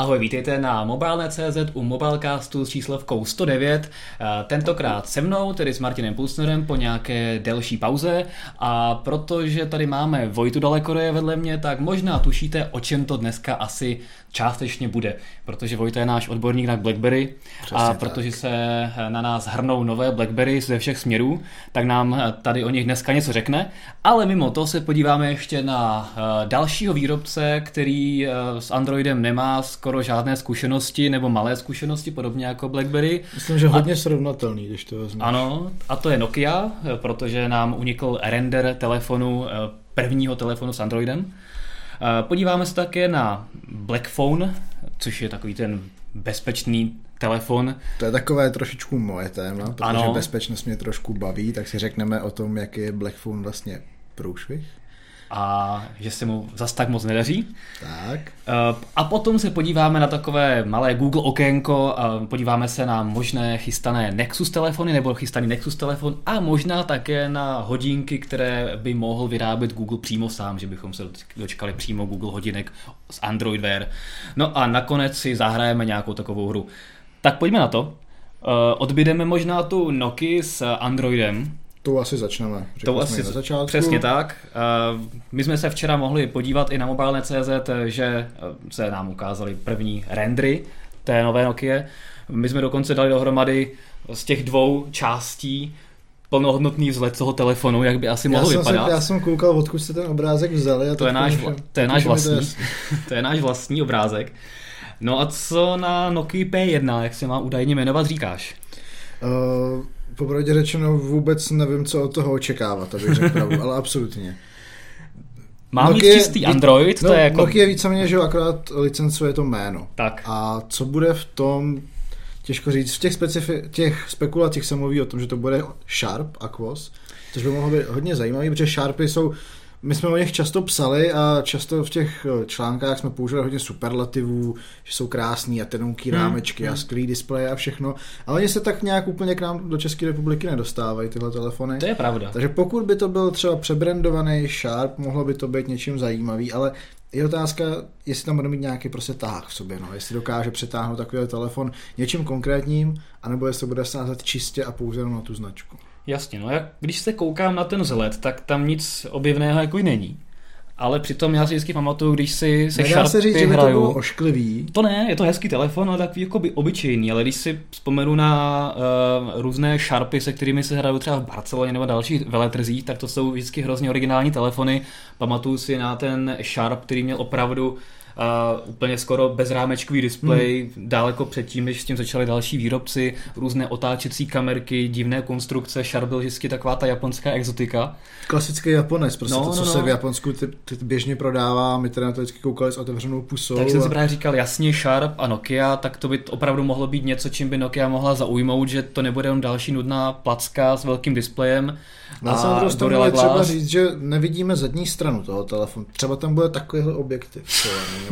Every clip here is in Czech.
Ahoj, vítejte na Mobilnet.cz u Mobilecastu s číslovkou 109. Tentokrát se mnou, tedy s Martinem Pulsnerem, po nějaké delší pauze. A protože tady máme Vojtu Dalekoreje vedle mě, tak možná tušíte, o čem to dneska asi částečně bude. Protože Vojta je náš odborník na BlackBerry. Přesně a protože se na nás hrnou nové BlackBerry ze všech směrů, tak nám tady o nich dneska něco řekne. Ale mimo to se podíváme ještě na dalšího výrobce, který s Androidem nemá skoro žádné zkušenosti nebo malé zkušenosti, podobně jako BlackBerry. Myslím, že hodně srovnatelný, když to vezmeš. Ano, a to je Nokia, protože nám unikl render telefonu, prvního telefonu s Androidem. Podíváme se také na Blackphone, což je takový ten bezpečný telefon. To je takové trošičku moje téma, protože ano. Bezpečnost mě trošku baví, tak si řekneme o tom, jaký je Blackphone vlastně průšvih. A že se mu zas tak moc nedaří. Tak. A potom se podíváme na takové malé Google okénko, podíváme se na možné chystané Nexus telefony nebo chystaný Nexus telefon a možná také na hodinky, které by mohl vyrábět Google přímo sám, že bychom se dočkali přímo Google hodinek z Android Wear. No a nakonec si zahrajeme nějakou takovou hru. Tak pojďme na to. Odbydeme možná tu Nokii s Androidem. To asi začneme. To asi na začátku. Přesně tak. My jsme se včera mohli podívat i na Mobilnet.cz, že se nám ukázaly první rendery té nové Nokie. My jsme dokonce dali dohromady z těch dvou částí plnohodnotný vzhled toho telefonu, jak by asi mohl vypadat. Já jsem koukal, odkud jste ten obrázek vzali. A to je náš vlastní. To je náš vlastní obrázek. No a co na Nokii P1, jak se má údajně jmenovat, říkáš? Popravdě řečeno vůbec nevím, co od toho očekávat, abych řekl pravdu, ale absolutně. Má mít čistý Android, to je jako... Nokia víceméně, že akorát licencuje to jméno. Tak. A co bude v tom, těžko říct, v těch spekulacích se mluví o tom, že to bude Sharp Aquos, což by mohlo být hodně zajímavý, protože Sharpy jsou... My jsme o nich často psali a často v těch článkách jsme použili hodně superlativů, že jsou krásný a tenouký rámečky a skvělý displeje a všechno. Ale oni se tak nějak úplně k nám do České republiky nedostávají, tyhle telefony. To je pravda. Takže pokud by to byl třeba přebrandovaný Sharp, mohlo by to být něčím zajímavý, ale je otázka, jestli tam bude mít nějaký prostě tahák v sobě, no. Jestli dokáže přetáhnout takový telefon něčím konkrétním, anebo jestli bude sázet čistě a pouze na tu značku. Jasně, no jak když se koukám na ten vzhled, tak tam nic objevného jako není. Ale přitom já si vždycky pamatuju, když si se Sharpy se říct, že hraju. To bylo ošklivý. To ne, je to hezký telefon, ale takový jako by obyčejný, ale když si vzpomenu na různé Sharpy, se kterými se hraju třeba v Barceloně nebo dalších veletrzích, tak to jsou vždycky hrozně originální telefony. Pamatuju si na ten Sharp, který měl opravdu úplně skoro bezrámečkový displej, daleko předtím, než s tím začali další výrobci, různé otáčecí kamerky, divné konstrukce. Sharp byl vždycky taková ta japonská exotika. Klasický Japonec, prostě co se v Japonsku ty běžně prodává, my teda na to vždycky koukali s otevřenou pusou. Tak jsem si právě říkal, jasně Sharp a Nokia, tak to by opravdu mohlo být něco, čím by Nokia mohla zaujmout, že to nebude jen další nudná placka s velkým displejem. A Gorilla Glass. Třeba říct, že nevidíme zadní stranu toho telefonu. Třeba tam bude takovýhle objektiv.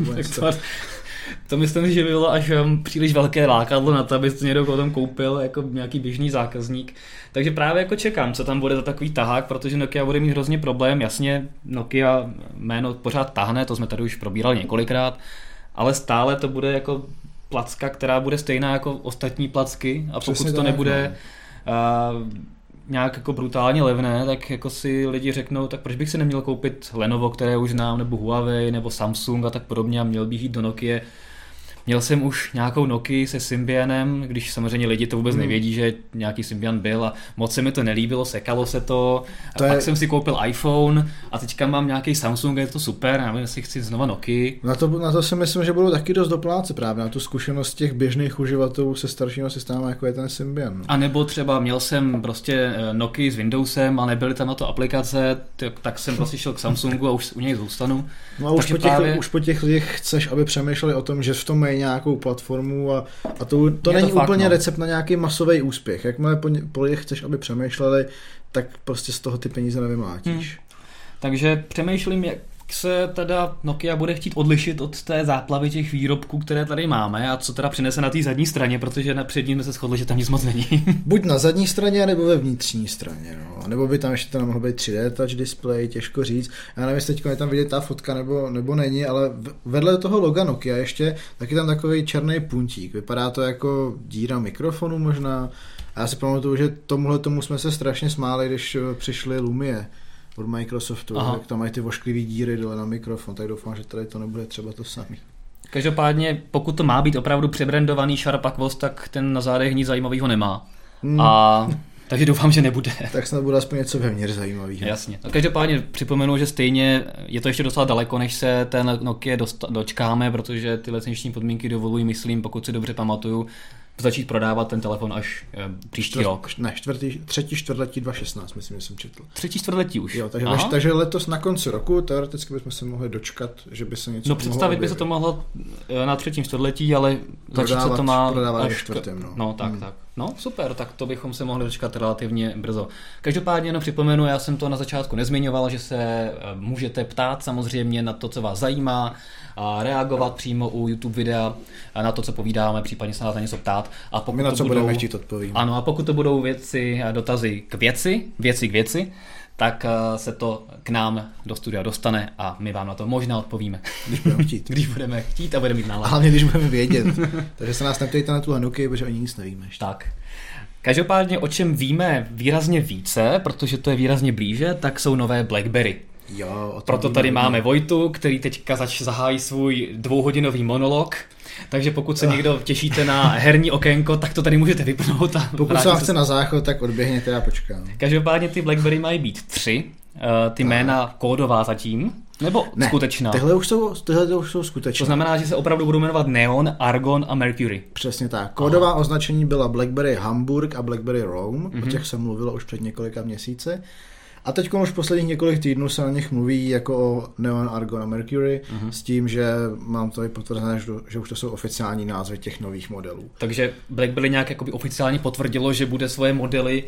To myslím, že by bylo až příliš velké lákadlo na to, aby to někdo potom koupil jako nějaký běžný zákazník. Takže právě jako čekám, co tam bude za takový tahák, protože Nokia bude mít hrozně problém. Jasně, Nokia jméno pořád tahne, to jsme tady už probírali několikrát, ale stále to bude jako placka, která bude stejná jako ostatní placky a pokud přesně to nebude nějak jako brutálně levné, tak jako si lidi řeknou, tak proč bych si neměl koupit Lenovo, které už znám, nebo Huawei, nebo Samsung a tak podobně a měl bych jít do Nokie. Měl jsem už nějakou Nokii se Symbianem, když samozřejmě lidi to vůbec nevědí, že nějaký Symbian byl a moc se mi to nelíbilo, sekalo se to a pak jsem si koupil iPhone a teďka mám nějaký Samsung a je to super, nevím, jestli chci znova Nokii. Na to si myslím, že budou taky dost dopláci právě, na tu zkušenost těch běžných uživatelů se staršího systému, jako je ten Symbian. No. A nebo třeba měl jsem prostě Nokii s Windowsem a nebyly tam na to aplikace, tak jsem prostě šel k Samsungu a už u něj zůstanu. No a už po těch lidech chceš, aby přemýšleli o tom, že v tom mají nějakou platformu a to není fakt, úplně recept na nějaký masový úspěch. Jakmile po lidech chceš, aby přemýšleli, tak prostě z toho ty peníze nevymlátíš. Takže přemýšlím, se teda Nokia bude chtít odlišit od té záplavy těch výrobků, které tady máme a co teda přinese na té zadní straně, protože na přední jsme se shodli, že tam nic moc není. Buď na zadní straně, nebo ve vnitřní straně. No. Nebo by tam ještě to mohlo být 3D touch display, těžko říct. Já nevím, jestli teď je tam vidět ta fotka nebo není, ale vedle toho loga Nokia ještě taky tam takový černý puntík. Vypadá to jako díra mikrofonu možná. A já si pamatuju, že tomu jsme se strašně smáli, když přišly Lumie od Microsoftu, jak tam mají ty vošklivý díry dole na mikrofon, tak doufám, že tady to nebude třeba to samý. Každopádně, pokud to má být opravdu přebrandovaný Sharp Aquos, tak ten na zádech nic zajímavého nemá. Takže doufám, že nebude. Tak snad bude aspoň něco vevnitř zajímavého. Jasně. No, každopádně připomenu, že stejně je to ještě docela daleko, než se ten Nokia dočkáme, protože ty licenční podmínky dovolují, myslím, pokud si dobře pamatuju, začít prodávat ten telefon až příští rok. Ne, třetí čtvrtletí 2016, myslím, že jsem četl. Třetí čtvrtletí už. Jo, takže letos na konci roku teoreticky bychom se mohli dočkat, že by se něco mohlo představit by se to mohlo na třetím čtvrtletí, ale začít se to má až čtvrtém. No, tak. No, super, tak to bychom se mohli dočkat relativně brzo. Každopádně jenom připomenu, já jsem to na začátku nezmiňoval, že se můžete ptát samozřejmě na to, co vás zajímá, a reagovat přímo u YouTube videa na to, co povídáme, případně se nás na něco ptát. A pokud my na co budeme chtít odpovím. Ano, a pokud to budou dotazy k věci, tak se to k nám do studia dostane a my vám na to možná odpovíme. Když budeme chtít a budeme mít náladu. Hlavně, když budeme vědět. Takže se nás neptejte na tuhle Nokia, protože oni nic nevíme ještě. Tak. Každopádně, o čem víme výrazně více, protože to je výrazně blíže, tak jsou nové BlackBerry. Jo, proto tady máme Vojtu, který teďka zahájí svůj 2hodinový monolog. Takže pokud se někdo těšíte na herní okénko, tak to tady můžete vypnout. Pokud se vám chce na záchod, tak odběhněte a počkám. Každopádně ty BlackBerry mají být 3. Ty jména kódová zatím. Nebo ne, skutečná? Tyhle už jsou skutečné. To znamená, že se opravdu budou jmenovat Neon, Argon a Mercury. Přesně tak. Kódová označení byla BlackBerry Hamburg a BlackBerry Rome. O těch se mluvilo už před několika měsíci. A teď už posledních několik týdnů se na nich mluví jako o Neon, Argon a Mercury s tím, že mám tady potvrzené, že už to jsou oficiální názvy těch nových modelů. Takže BlackBerry nějak jakoby oficiálně potvrdilo, že bude svoje modely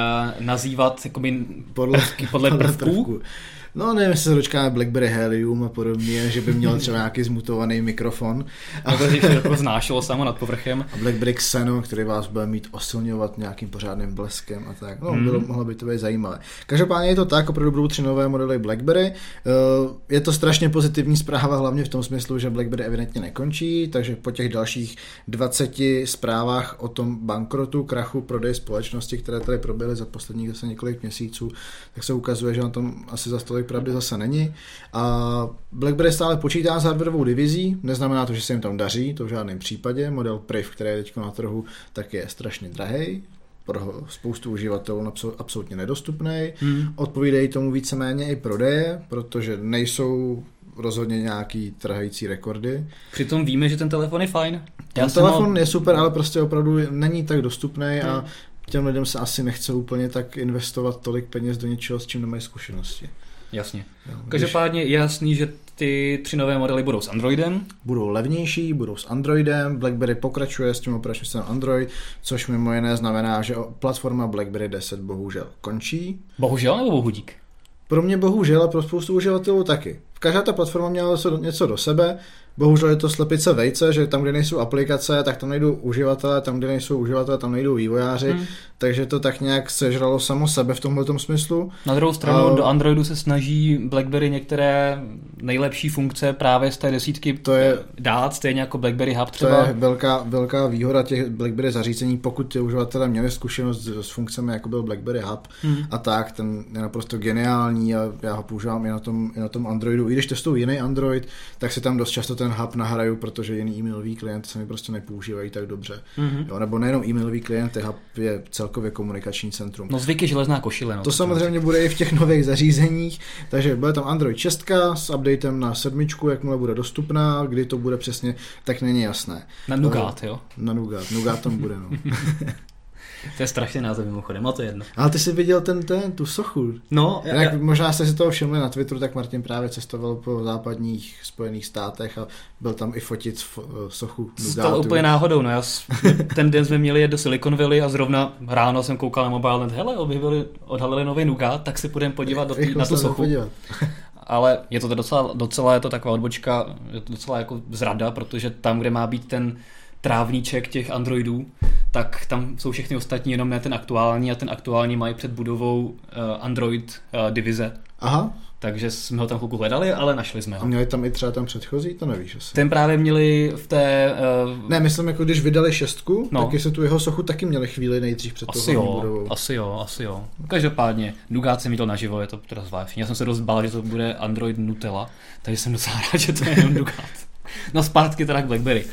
nazývat jakoby podle prvků? No nevím, jestli se dočkáme BlackBerry Helium a podobně, že by měl třeba nějaký zmutovaný mikrofon. A to se jako znášelo samo nad povrchem. A BlackBerry Xenon, který vás bude mít osilňovat nějakým pořádným bleskem a tak. No, mohlo by to být zajímavé. Každopádně je to tak, opravdu budou 3 nové modely BlackBerry. Je to strašně pozitivní zpráva, hlavně v tom smyslu, že BlackBerry evidentně nekončí, takže po těch dalších 20 zprávách o tom bankrotu, krachu, prodeji společnosti, které tady proběhly za posledních zase několik měsíců, tak se ukazuje, že na tom asi za tolik pravdy zase není. A BlackBerry stále počítá s hardwarovou divizí, neznamená to, že se jim tam daří, to v žádném případě. Model Priv, který je teď na trhu, tak je strašně drahej, pro spoustu uživatelů absolutně nedostupný. Odpovídají tomu víceméně i prodeje, protože nejsou rozhodně nějaký trhající rekordy. Přitom víme, že ten telefon je fajn. Ten telefon je super, ale prostě opravdu není tak dostupný a těm lidem se asi nechce úplně tak investovat tolik peněz do něčeho, s čím nemají zkušenosti. Jasně. Každopádně je jasný, že ty 3 nové modely budou s Androidem. Budou levnější, budou s Androidem, BlackBerry pokračuje s tím operačním systémem Android, což mimo jiné znamená, že platforma BlackBerry 10 bohužel končí. Bohužel nebo bohudík? Pro mě bohužel a pro spoustu uživatelů taky. Každá ta platforma měla něco do sebe, bohužel je to slepice vejce, že tam, kde nejsou aplikace, tak tam nejdou uživatelé, tam, kde nejsou uživatelé, tam nejdou vývojáři, takže to tak nějak sežralo samo sebe v tomhletom smyslu. Na druhou stranu do Androidu se snaží BlackBerry některé nejlepší funkce právě z té desítky dát, stejně jako BlackBerry Hub třeba. To je velká výhoda těch BlackBerry zařízení, pokud ti uživatelé měli zkušenost s funkcemi, jako byl BlackBerry Hub a tak, ten je naprosto geniální a já ho používám i na tom Androidu. I když testuju jiný Android, tak si tam dost často ten Hub nahraju, protože jiný e-mailový klient se mi prostě nepoužívají tak dobře. Jo, nebo nejenom e-mailový klient, Hub je celkově komunikační centrum. No zvyk je železná košile. No, to samozřejmě bude i v těch nových zařízeních, takže bude tam Android 6 s updatem na 7, jakmile bude dostupná, kdy to bude přesně, tak není jasné. Na Nougat, jo? Na Nougat tam bude, no. To je strašný název mimochodem, a to je jedno. Ale ty jsi viděl tu sochu. No. Možná jste si toho všimli na Twitteru, tak Martin právě cestoval po západních Spojených státech a byl tam i fotit sochu Nougatu. Stalo úplně náhodou, no ten den jsme měli jet do Silicon Valley a zrovna ráno jsem koukal na Mobile Net, hele, odhalili nový Nougat, tak si půjdeme podívat na tu sochu. ale je to docela je to taková odbočka, je to docela jako zrada, protože tam, kde má být ten trávníček těch Androidů, tak tam jsou všechny ostatní, jenom ne ten aktuální, a ten aktuální mají před budovou Android divize. Aha. Takže jsme ho tam chvilku hledali, ale našli jsme ho. A měli tam i třeba ten předchozí, to nevíš asi. Ten právě měli v té... Ne, myslím, jako když vydali 6, tak jestli tu jeho sochu taky měli chvíli nejdřív před tou budovou. Asi jo. Každopádně, Nougat jsem viděl naživo, je to teda zvláštní. Já jsem se dost bál, že to bude Android Nutella, takže jsem docela rád, že to je jenom Nougat. No zpátky teda k BlackBerry.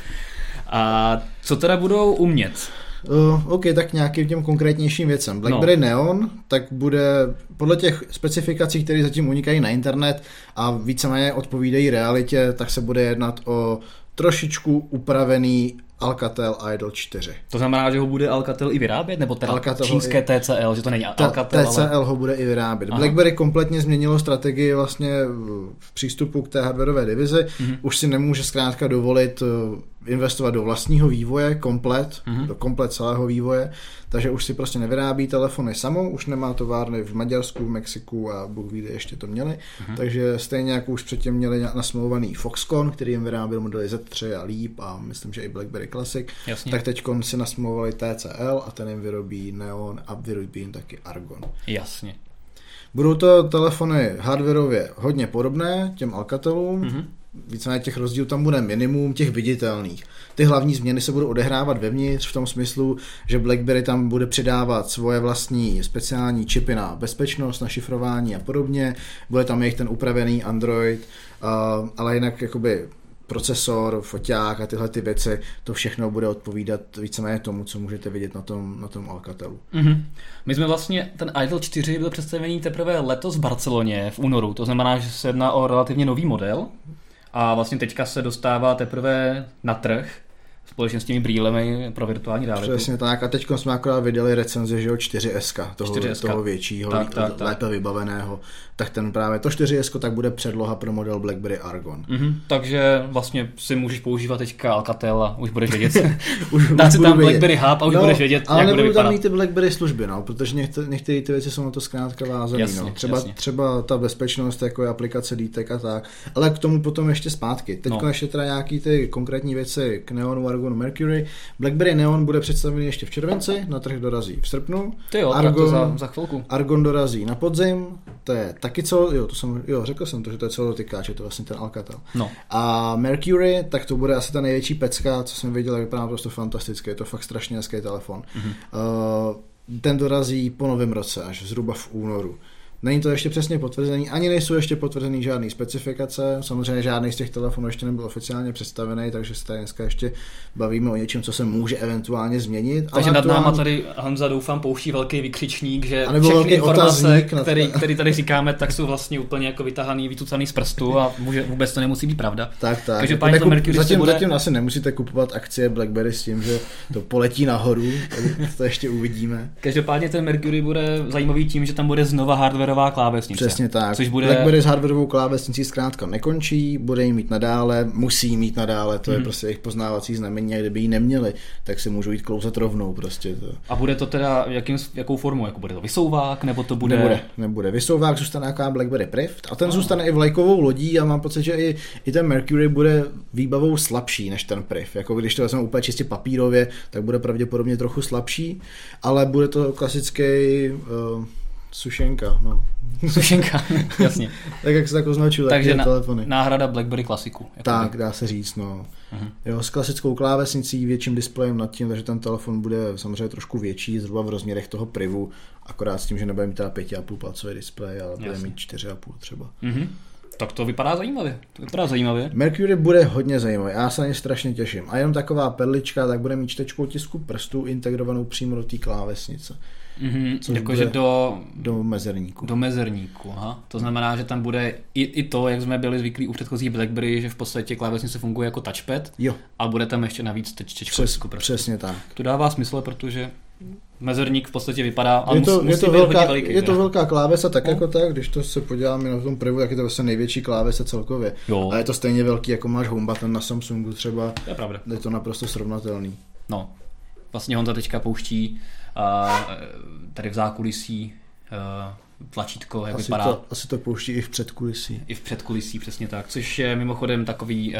A co teda budou umět? OK, tak nějakým těm konkrétnějším věcem. BlackBerry Neon, tak bude podle těch specifikací, které zatím unikají na internet a víceméně odpovídají realitě, tak se bude jednat o trošičku upravený Alcatel Idol 4. To znamená, že ho bude Alcatel i vyrábět? Nebo teda Alcatel čínské TCL, že to není Alcatel, TCL ale... ho bude i vyrábět. Aha. BlackBerry kompletně změnilo strategii vlastně v přístupu k té hardwareové divizi. Už si nemůže zkrátka dovolit investovat do vlastního vývoje komplet, do komplet celého vývoje, takže už si prostě nevyrábí telefony samou, už nemá továrny v Maďarsku, v Mexiku a Bůh ví, kde ještě to měli. Takže stejně jako už předtím měli nasmlouvaný Foxconn, který jim vyráběl modely Z3 a Leap a myslím, že i BlackBerry Classic. Jasně. Tak teďkon si nasmlouvali TCL a ten jim vyrobí Neon a vyrobí jim taky Argon. Jasně. Budou to telefony hardwareově hodně podobné těm Alcatelům, víceméně těch rozdílů tam bude minimum těch viditelných. Ty hlavní změny se budou odehrávat vevnitř v tom smyslu, že BlackBerry tam bude přidávat svoje vlastní speciální čipy na bezpečnost, na šifrování a podobně. Bude tam jejich ten upravený Android, ale jinak jakoby procesor, foťák a tyhle ty věci, to všechno bude odpovídat víceméně tomu, co můžete vidět na tom Alcatelu. My jsme vlastně, ten Idol 4 byl představený teprve letos v Barceloně v únoru, to znamená, že se jedná o relativně nový model a vlastně teďka se dostává teprve na trh společně s těmi brýlemi pro virtuální realitu. Přesně tak. A teď jsme akorát vydali recenzi, že jo, 4S, toho většího, lépe vybaveného. Tak ten právě to 4S tak bude předloha pro model BlackBerry Argon. Takže vlastně si můžeš používat teďka Alcatel a už budeš vědět. Dát si tam BlackBerry Hub a už budeš vědět, jak bude vypadat. Ale nebudou tam mít ty BlackBerry služby, protože některé ty věci jsou na to zkrátka vázané. Třeba ta bezpečnost, jako je aplikace DTEC a tak. Ale k tomu potom ještě zpátky. Teď ještě teda nějaký ty konkrétní věci k Neonu, Argonu, Mercury. BlackBerry Neon bude představený ještě v červenci, na trh dorazí v srpnu. Argon za chvilku. Argon dorazí na podzim, to je taky řekl jsem to, že to je celodotykáč, je to vlastně ten Alcatel. No. A Mercury, tak to bude asi ta největší pecka, co jsem viděl, vypadá prostě fantasticky, je to fakt strašně hezký telefon. Ten dorazí po novém roce, až zhruba v únoru. Není to ještě přesně potvrzený, ani nejsou ještě potvrzený žádný specifikace, samozřejmě žádný z těch telefonů ještě nebyl oficiálně představený, takže se tady dneska ještě bavíme o něčem, co se může eventuálně změnit. Takže nad náma tady Honza doufám pouští velký vykřičník, že všechny informace, které tady říkáme, tak jsou vlastně úplně jako vytahaný, vytucaný z prstu a vůbec to nemusí být pravda. Tak. Takže zatím asi nemusíte kupovat akcie BlackBerry s tím, že to poletí nahoru, to ještě uvidíme. Každopádně ten Mercury bude zajímavý tím, že tam bude znova hardware klávesnice. Přesně tak. Což bude... BlackBerry s hardwareovou klávesnicí zkrátka nekončí, bude ji mít nadále, musí mít nadále, to je prostě jejich poznávací znamení, a kdyby ji neměli, tak si můžou jít klouzat rovnou prostě. To. A bude to teda jakou formou? Jako bude to vysouvák, nebo to bude... Nebude. Vysouvák zůstane nějaká BlackBerry Prift a ten zůstane i vlajkovou lodí a mám pocit, že i ten Mercury bude výbavou slabší než ten Priv. Jako když to vezmeme úplně čistě papírově, tak bude pravděpodobně trochu slabší, ale bude to klasický sušenka, Sušenka, jasně. Tak jak se tak označují telefony. Náhrada BlackBerry klasiku. Tak, dá se říct, Jo, s klasickou klávesnicí, větším displejem nad tím, takže ten telefon bude samozřejmě trošku větší, zhruba v rozměrech toho Privu, akorát s tím, že nebude mít teda 5,5 palcový displej, ale bude mít 4,5 třeba. Tak to vypadá zajímavě. Mercury bude hodně zajímavý, já se na ně strašně těším. A jenom taková perlička, tak bude mít čtečkou tisku prstů integrovanou přímo do té klávesnice. Jakože do mezerníku. Do mezerníku, aha. To znamená, že tam bude i to, jak jsme byli zvyklí u předchozí BlackBerry, že v podstatě klávesnice funguje jako touchpad. Jo. A bude tam ještě navíc čtečkou tisku prstů. Přesně tak. To dává smysl, protože mezerník v podstatě vypadá, ale je to velká klávesa, tak jako tak, když to se podíváme na tom Privu, tak je to vlastně největší klávesa celkově. Jo. A je to stejně velký, jako máš home button na Samsungu třeba. To je pravda. Je to naprosto srovnatelný. No, vlastně Honza teďka pouští tady v zákulisí tlačítko, jak vypadá. Asi to pouští i v předkulisí. I v předkulisí, přesně tak, což je mimochodem takový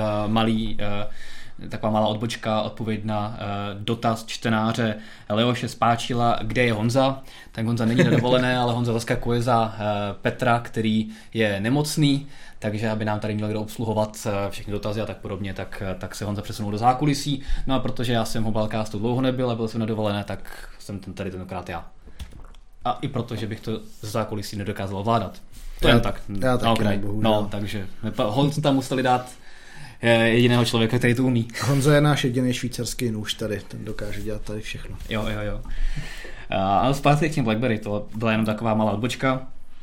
taková malá odbočka, odpověď na dotaz čtenáře Leoše Spáčila, kde je Honza. Tak Honza není na dovolené, ale Honza zaskakuje za Petra, který je nemocný, takže aby nám tady měl kdo obsluhovat všechny dotazy a tak podobně, tak se Honza přesunul do zákulisí. No a protože já jsem v Mobilecastu dlouho nebyl a byl jsem na dovolené, tak jsem tady tentokrát já. A i proto, že bych to z zákulisí nedokázal ovládat. To jen tak. Já taky ne, no, takže Honza tam museli dát jediného člověka, který to umí. Honza je náš jediný švýcarský nůž tady, ten dokáže dělat tady všechno. Jo. Ale zpátky k těm BlackBerry, to byla jenom taková malá odbočka.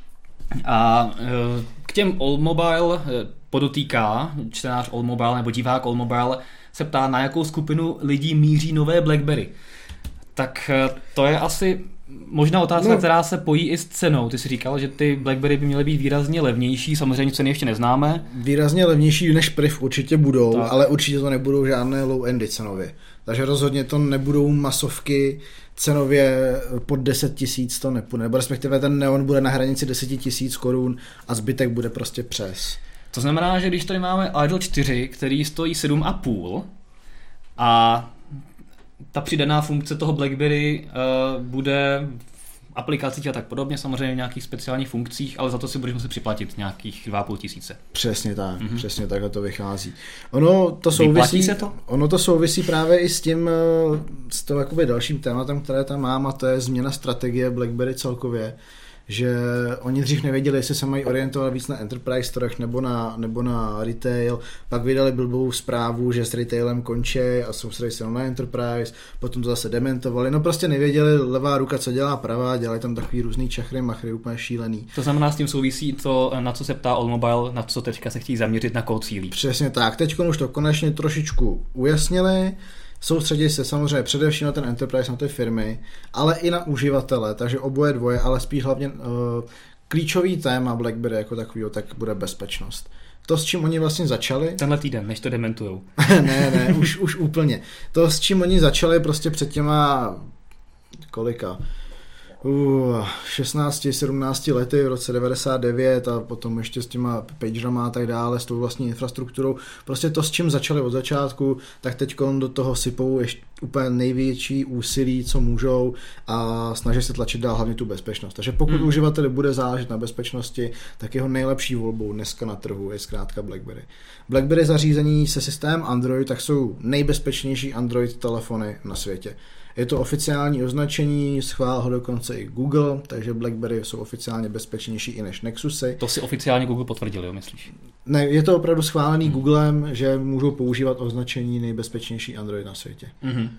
A k těm All Mobile podotýká čtenář All Mobile nebo divák All Mobile se ptá, na jakou skupinu lidí míří nové BlackBerry. Tak to je asi možná otázka, která se pojí i s cenou. Ty jsi říkal, že ty BlackBerry by měly být výrazně levnější, samozřejmě ceny ještě neznáme. Výrazně levnější než Priv určitě budou, tak. Ale určitě to nebudou žádné low-endy cenově. Takže rozhodně to nebudou masovky cenově pod 10 000 to nepůjde. Nebo respektive ten Neon bude na hranici 10 000 korun a zbytek bude prostě přes. To znamená, že když tady máme Idol 4, který stojí 7,5 a ta přidaná funkce toho BlackBerry bude v aplikacích a tak podobně, samozřejmě v nějakých speciálních funkcích, ale za to si budeš muset připlatit nějakých 2 500. Přesně tak, přesně takhle to vychází. Vyplatí se to? Ono to souvisí právě i s tím, s tou jakoby dalším tématem, které tam mám, a to je změna strategie BlackBerry celkově. Že oni dřív nevěděli, jestli se mají orientovat víc na enterprise trh nebo na retail, pak vydali blbou zprávu, že s retailem končí a soustředí se na enterprise, potom to zase dementovali, no prostě nevěděli levá ruka, co dělá pravá, dělají tam takový různý čachry, machry, úplně šílený. To znamená, s tím souvisí to, na co se ptá All Mobile, na co teďka se chtějí zaměřit, na koho cílí. Přesně tak, teď už to konečně trošičku ujasnili. Soustředí se samozřejmě především na ten enterprise, na ty firmy, ale i na uživatele, takže oboje dvoje, ale spíš hlavně klíčový téma BlackBerry jako takovýho, tak bude bezpečnost. To, s čím oni vlastně začali... Tenhle týden, než to dementujou. ne, už úplně. To, s čím oni začali prostě před těma 16, 17 lety v roce 99 a potom ještě s těma pagerama a tak dále, s tou vlastní infrastrukturou. Prostě to, s čím začali od začátku, tak teď do toho sypou ještě úplně největší úsilí, co můžou, a snaží se tlačit dál hlavně tu bezpečnost. Takže pokud uživateli bude záležet na bezpečnosti, tak jeho nejlepší volbou dneska na trhu je zkrátka BlackBerry. BlackBerry zařízení se systémem Android, tak jsou nejbezpečnější Android telefony na světě. Je to oficiální označení, schválil ho dokonce i Google, takže BlackBerry jsou oficiálně bezpečnější i než Nexusy. To si oficiálně Google potvrdil, jo, myslíš? Ne, je to opravdu schválený Googlem, že můžou používat označení nejbezpečnější Android na světě.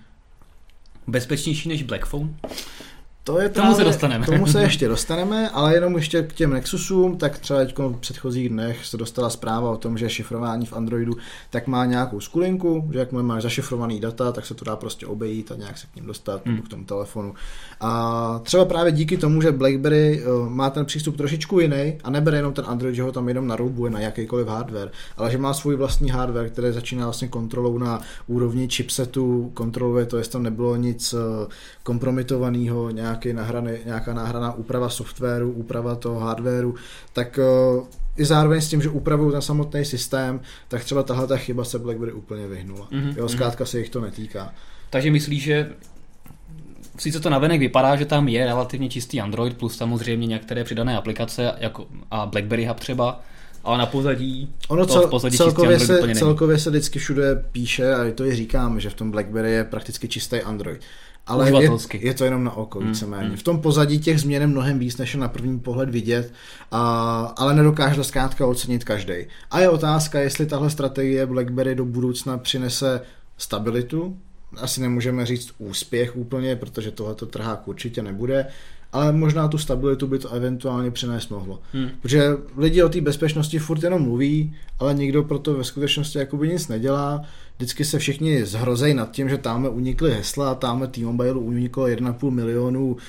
Bezpečnější než Blackphone? Tomu se dostaneme. Tomu se ještě dostaneme, ale jenom ještě k těm Nexusům, tak třeba v předchozích dnech se dostala zpráva o tom, že šifrování v Androidu tak má nějakou skulinku, že jak máš zašifrovaný data, tak se to dá prostě obejít a nějak se k ním dostat nebo k tomu telefonu. A třeba právě díky tomu, že BlackBerry má ten přístup trošičku jiný a nebere jenom ten Android, že ho tam jenom naroubuje na jakýkoliv hardware, ale že má svůj vlastní hardware, který začíná vlastně kontrolou na úrovni chipsetu, kontroluje to, jestli tam nebylo nic kompromitovaného, nějaká náhraná úprava softwaru, úprava toho hardwaru, tak i zároveň s tím, že upravují ten samotný systém, tak třeba tahle chyba se BlackBerry úplně vyhnula. Zkrátka se jich to netýká. Takže myslíš, že sice to navenek vypadá, že tam je relativně čistý Android, plus samozřejmě některé přidané aplikace, jako a BlackBerry Hub třeba, ale na pozadí celkově se vždycky všude píše, a to i říkám, že v tom BlackBerry je prakticky čistý Android. Ale je to jenom na oko víceméně. V tom pozadí těch změn je mnohem víc, než je na první pohled vidět, ale nedokáže to zkrátka ocenit každý. A je otázka, jestli tahle strategie BlackBerry do budoucna přinese stabilitu. Asi nemůžeme říct úspěch úplně, protože tohleto trhák určitě nebude, ale možná tu stabilitu by to eventuálně přinést mohlo. Protože lidi o té bezpečnosti furt jenom mluví, ale nikdo pro to ve skutečnosti jakoby nic nedělá. vždycky se všichni zhrozejí nad tím, že tamhle unikly hesla a tamhle T-Mobile uniklo 1,5 milionu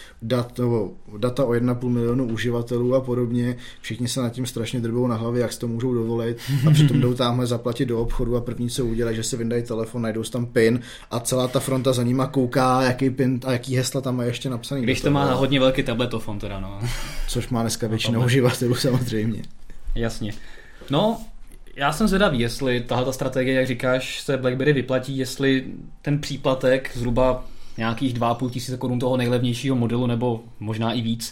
data o 1,5 milionu uživatelů a podobně. Všichni se nad tím strašně drbou na hlavě, jak si to můžou dovolit a přitom jdou tamhle zaplatit do obchodu a první co udělají, že si vyndají telefon, najdou tam PIN a celá ta fronta za nima kouká, jaký PIN a jaký hesla tam má ještě napsaný. Když to má na hodně velký tabletofon teda, no. Což má dneska většina uživatelů samozřejmě. Jasně. No, já jsem zvědavý, jestli tahle strategie, jak říkáš, se BlackBerry vyplatí, jestli ten příplatek zhruba nějakých 2,5 tisíce korun toho nejlevnějšího modelu, nebo možná i víc,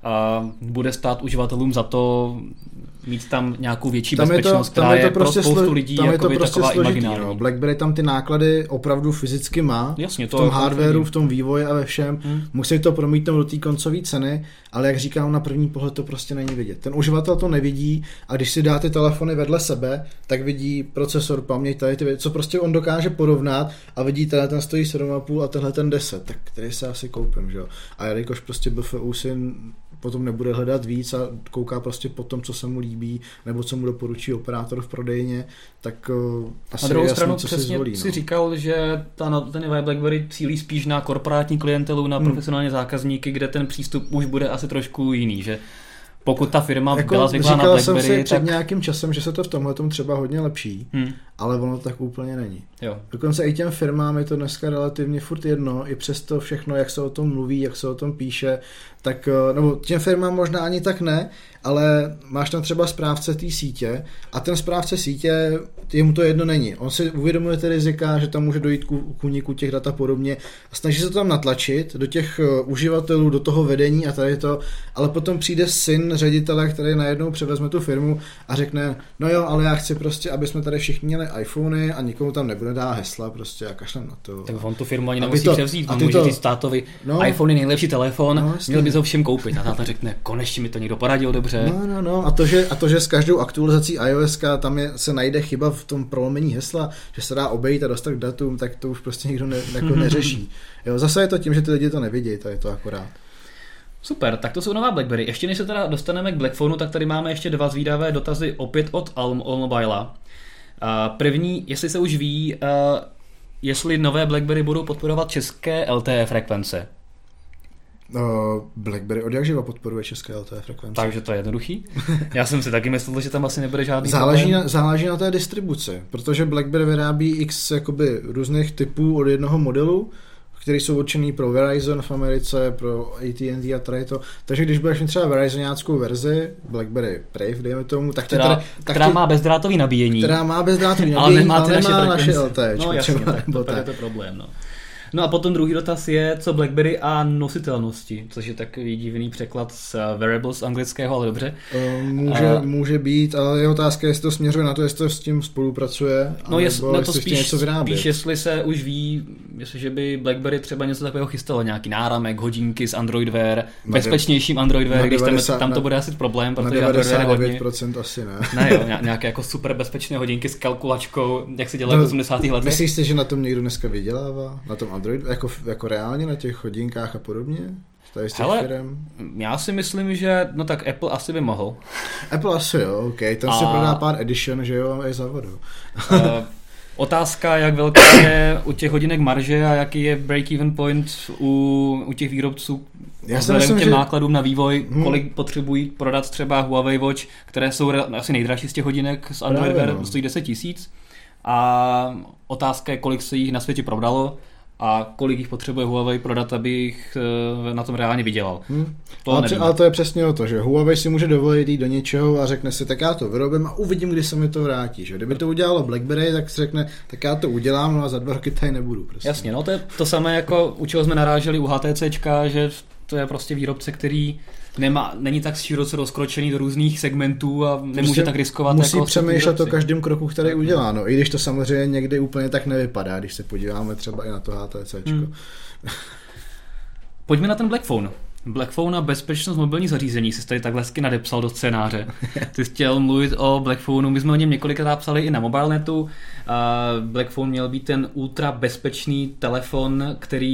bude stát uživatelům za to mít tam nějakou větší bezpečnost, která je prostě pro spoustu lidí jako prostě taková imaginární. No. BlackBerry tam ty náklady opravdu fyzicky má, jasně, v tom hardwareu, v tom vývoji a ve všem. Musí to promítnout do té koncové ceny, ale jak říkám, na první pohled to prostě není vidět. Ten uživatel to nevidí a když si dá ty telefony vedle sebe, tak vidí procesor, paměť, tady ty věci, co prostě on dokáže porovnat a vidí, ten stojí 7,5 a tenhle ten 10, tak který se asi koupím, že jo. A jelikož prostě BFU si potom nebude hledat víc a kouká prostě po tom, co se mu líbí, nebo co mu doporučí operátor v prodejně, tak asi na druhou jasný, stranu co přesně si zvolí. Si říkal, že ten nové BlackBerry cílí spíš na korporátní klientelu, na profesionální zákazníky, kde ten přístup už bude asi trošku jiný, že pokud ta firma byla zvyklá na BlackBerry, jsem si tak před nějakým časem, že se to v tomhletom třeba hodně lepší, ale ono tak úplně není. Jo. Dokonce i těm firmám je to dneska relativně furt jedno, i přesto všechno, jak se o tom mluví, jak se o tom píše, tak, nebo těm firmám možná ani tak ne, ale máš tam třeba správce té sítě a ten správce sítě, jemu to jedno není. On si uvědomuje ty rizika, že tam může dojít k úniku těch dat a podobně a snaží se to tam natlačit do těch uživatelů, do toho vedení a tady to, ale potom přijde syn ředitele, který najednou převezme tu firmu a řekne, no jo, ale já chci prostě, aby jsme tady všichni měli iPhony a nikomu tam nebude dát hesla prostě a kašlem na to. Tak on tu firmu ani nemusí převzít, on může říct tátovi, iPhone je nejlepší telefon, měl bys ho všem koupit a táta řekne, konečně mi to někdo poradil dobře. No. A to, že s každou aktualizací iOS tam se najde chyba v tom prolomení hesla, že se dá obejít a dostat k datům, tak to už prostě nikdo neřeší. Jo, zase je to tím, že ty lidi to nevidějí, to je to akorát. Super, tak to jsou nová BlackBerry. Ještě než se teda dostaneme k Blackphoneu, tak tady máme ještě 2 zvídavé dotazy opět od Allmobile. První, jestli se už ví, jestli nové BlackBerry budou podporovat české LTE frekvence. BlackBerry od jak živa podporuje české LTE frekvence. Takže to je jednoduchý. Já jsem si taky myslel, že tam asi nebude žádný záleží na té distribuci, protože BlackBerry vyrábí x jakoby různých typů od jednoho modelu, které jsou určený pro Verizon v Americe, pro AT&T a tady to. Takže když budeš mít třeba Verizoniáckou verzi, BlackBerry Brave, dejme tomu, tak která má bezdrátový nabíjení. Ale nemá naše LTE. No jasně, to je to problém. No a potom druhý dotaz je, co BlackBerry a nositelnosti, což je takový divný překlad z wearables anglického, ale dobře. Může být, ale je otázka, jestli to směřuje na to, jestli to s tím spolupracuje, no to spíš jestli se už ví, jestliže by BlackBerry třeba něco takového chystalo, nějaký náramek, hodinky s Android Wear, bezpečnějším Android Wear, když tam to bude asi problém, protože Android Wear je hodně... 99% asi ne. Ne jo, nějaké jako super bezpečné hodinky s kalkulačkou, jak se dělá v 80. letech. Myslíš si, že na tom někdo dneska vydělává? Na tom Android, jako reálně na těch hodinkách a podobně? Hele, já si myslím, že no tak Apple asi by mohl. Apple asi jo, ok, ten si prodá pár edition, že jo, a i závodu. Otázka, jak velká je u těch hodinek marže a jaký je break-even point u těch výrobců vzhledem těm nákladům na vývoj, kolik potřebují prodat třeba Huawei Watch, které jsou asi nejdražší z těch hodinek z Android Wear, stojí 10 000. A otázka je, kolik se jich na světě prodalo a kolik jich potřebuje Huawei prodat, aby jich na tom reálně vydělal. Ale to je přesně o to, že Huawei si může dovolit jít do něčeho a řekne si, tak já to vyrobím a uvidím, kdy se mi to vrátí. Že? Kdyby to udělalo BlackBerry, tak si řekne, tak já to udělám, no a za 2 roky tady nebudu. Prostě. Jasně, no to je to samé, jako u čeho jsme naráželi u HTCčka, že to je prostě výrobce, který není tak široce rozkročený do různých segmentů a nemůže prostě tak riskovat. Musí jako přemýšlet o každém kroku, který udělá. No, i když to samozřejmě někdy úplně tak nevypadá, když se podíváme třeba i na to HTCčko. Pojďme na ten Blackphone. Blackphone a bezpečnost mobilních zařízení jsi tady takhle hezky nadepsal do scénáře. Ty jsi chtěl mluvit o Blackphoneu, my jsme o něm několikrát psali i na Mobilenetu. Blackphone měl být ten ultra bezpečný telefon,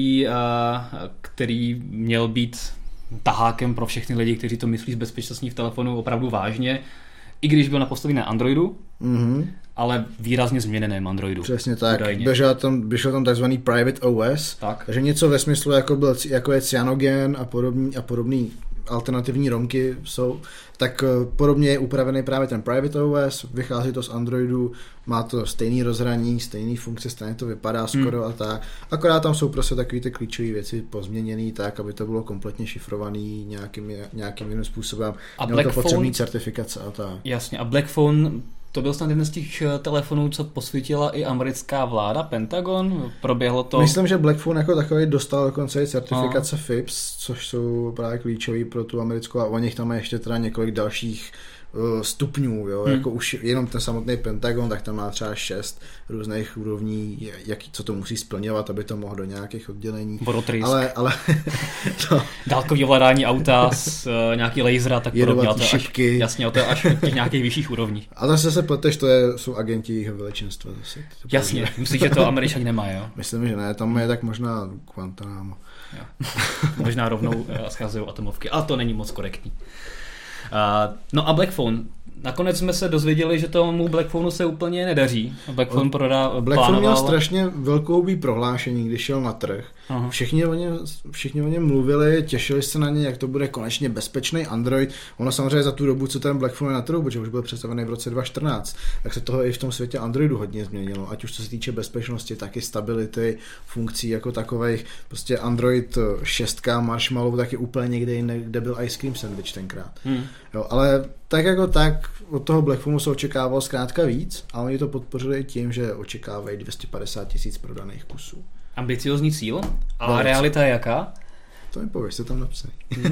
který měl být tahákem pro všechny lidi, kteří to myslí s bezpečností v telefonu opravdu vážně, i když byl napostavený na Androidu. ale výrazně změněném Androidu. Přesně tak. Běžel tam takzvaný Private OS, takže něco ve smyslu, jako je Cyanogen a podobný alternativní romky jsou, tak podobně je upravený právě ten Private OS, vychází to z Androidu, má to stejný rozhraní, stejný funkce, stejně to vypadá skoro a tak. Akorát tam jsou prostě takový ty klíčové věci pozměněný tak, aby to bylo kompletně šifrovaný nějakým jiným způsobem. A mělo to potřebný certifikace a tak. Jasně, a Black Phone, to byl snad jeden z těch telefonů, co posvětila i americká vláda, Pentagon, proběhlo to... Myslím, že Black Phone jako takový dostal dokonce i certifikace FIPS, což jsou právě klíčový pro tu americkou a o nich tam je ještě teda několik dalších stupňů, jo? Jako už jenom ten samotný Pentagon, tak tam má třeba 6 různých úrovní, co to musí splňovat, aby to mohlo do nějakých oddělení. Ale to... Dálkový ovládání auta, nějaký laser a tak podobně. Šipky. Jasně, to je až v těch nějakých vyšších úrovních. Ale zase pleteš, jsou agenti jeho veličenstva zase. Jasně, myslíš, že to Američani nemá, jo? Myslím, že ne, tam je tak možná Guantanamo. Možná rovnou scházejí atomovky, ale to není moc korektní. No a Black Phone. Nakonec jsme se dozvěděli, že tomu Black Phoneu se úplně nedaří. Black Phone měl strašně velkou prohlášení, když šel na trh. Všichni o něm mluvili, těšili se na ně, jak to bude konečně bezpečný Android. Ono samozřejmě za tu dobu, co ten Black Phone je na trhu, protože už byl představený v roce 2014, tak se toho i v tom světě Androidu hodně změnilo. Ať už co se týče bezpečnosti, tak i stability, funkcí jako takových. Prostě Android 6 Marshmallow taky úplně někde jinde, kde byl Ice Cream Sandwich tenkrát. Jo, ale tak jako tak od toho Black Phoneu se očekávalo zkrátka víc a oni to podpořili i tím, že očekávají 250 000 prodaných kusů. Ambiciozní cíl? A realita je jaká? To mi pověš, co tam napsali.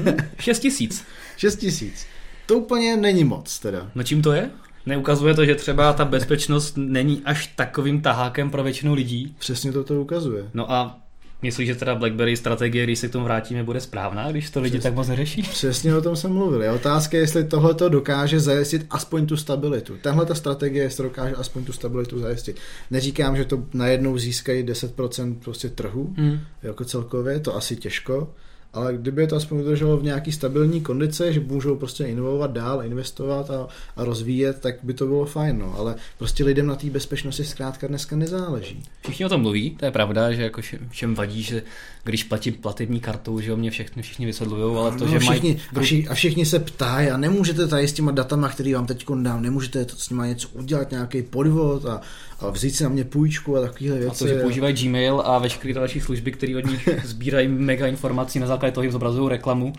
6 000. 6 000. To úplně není moc teda. No čím to je? Neukazuje to, že třeba ta bezpečnost není až takovým tahákem pro většinu lidí? Přesně to ukazuje. No a myslíš, že teda BlackBerry strategie, když se k tomu vrátíme, bude správná, když to lidi tak moc neřeší? Přesně o tom jsem mluvil. Je otázka, jestli tohleto dokáže zajistit aspoň tu stabilitu. Tahle ta strategie, jestli dokáže aspoň tu stabilitu zajistit. Neříkám, že to najednou získají 10% prostě trhu, jako celkově, to asi těžko, ale kdyby to aspoň udrželo v nějaký stabilní kondici, že můžou prostě inovovat dál, investovat a rozvíjet, tak by to bylo fajn, no. Ale prostě lidem na té bezpečnosti zkrátka dneska nezáleží. Všichni o tom mluví, to je pravda, že jako všem vadí, že když platím platební kartou, že o mě všichni vysvětlujou, ale to, že všichni, mají... A všichni se ptají a nemůžete tady s těma datama, který vám teď dám, nemůžete s nima něco udělat, nějaký podvod a vzít si na mě půjčku a takovéhle věci. A to, že používají Gmail a veškeré další služby, které od nich sbírají mega informací, na základě toho jim zobrazují reklamu.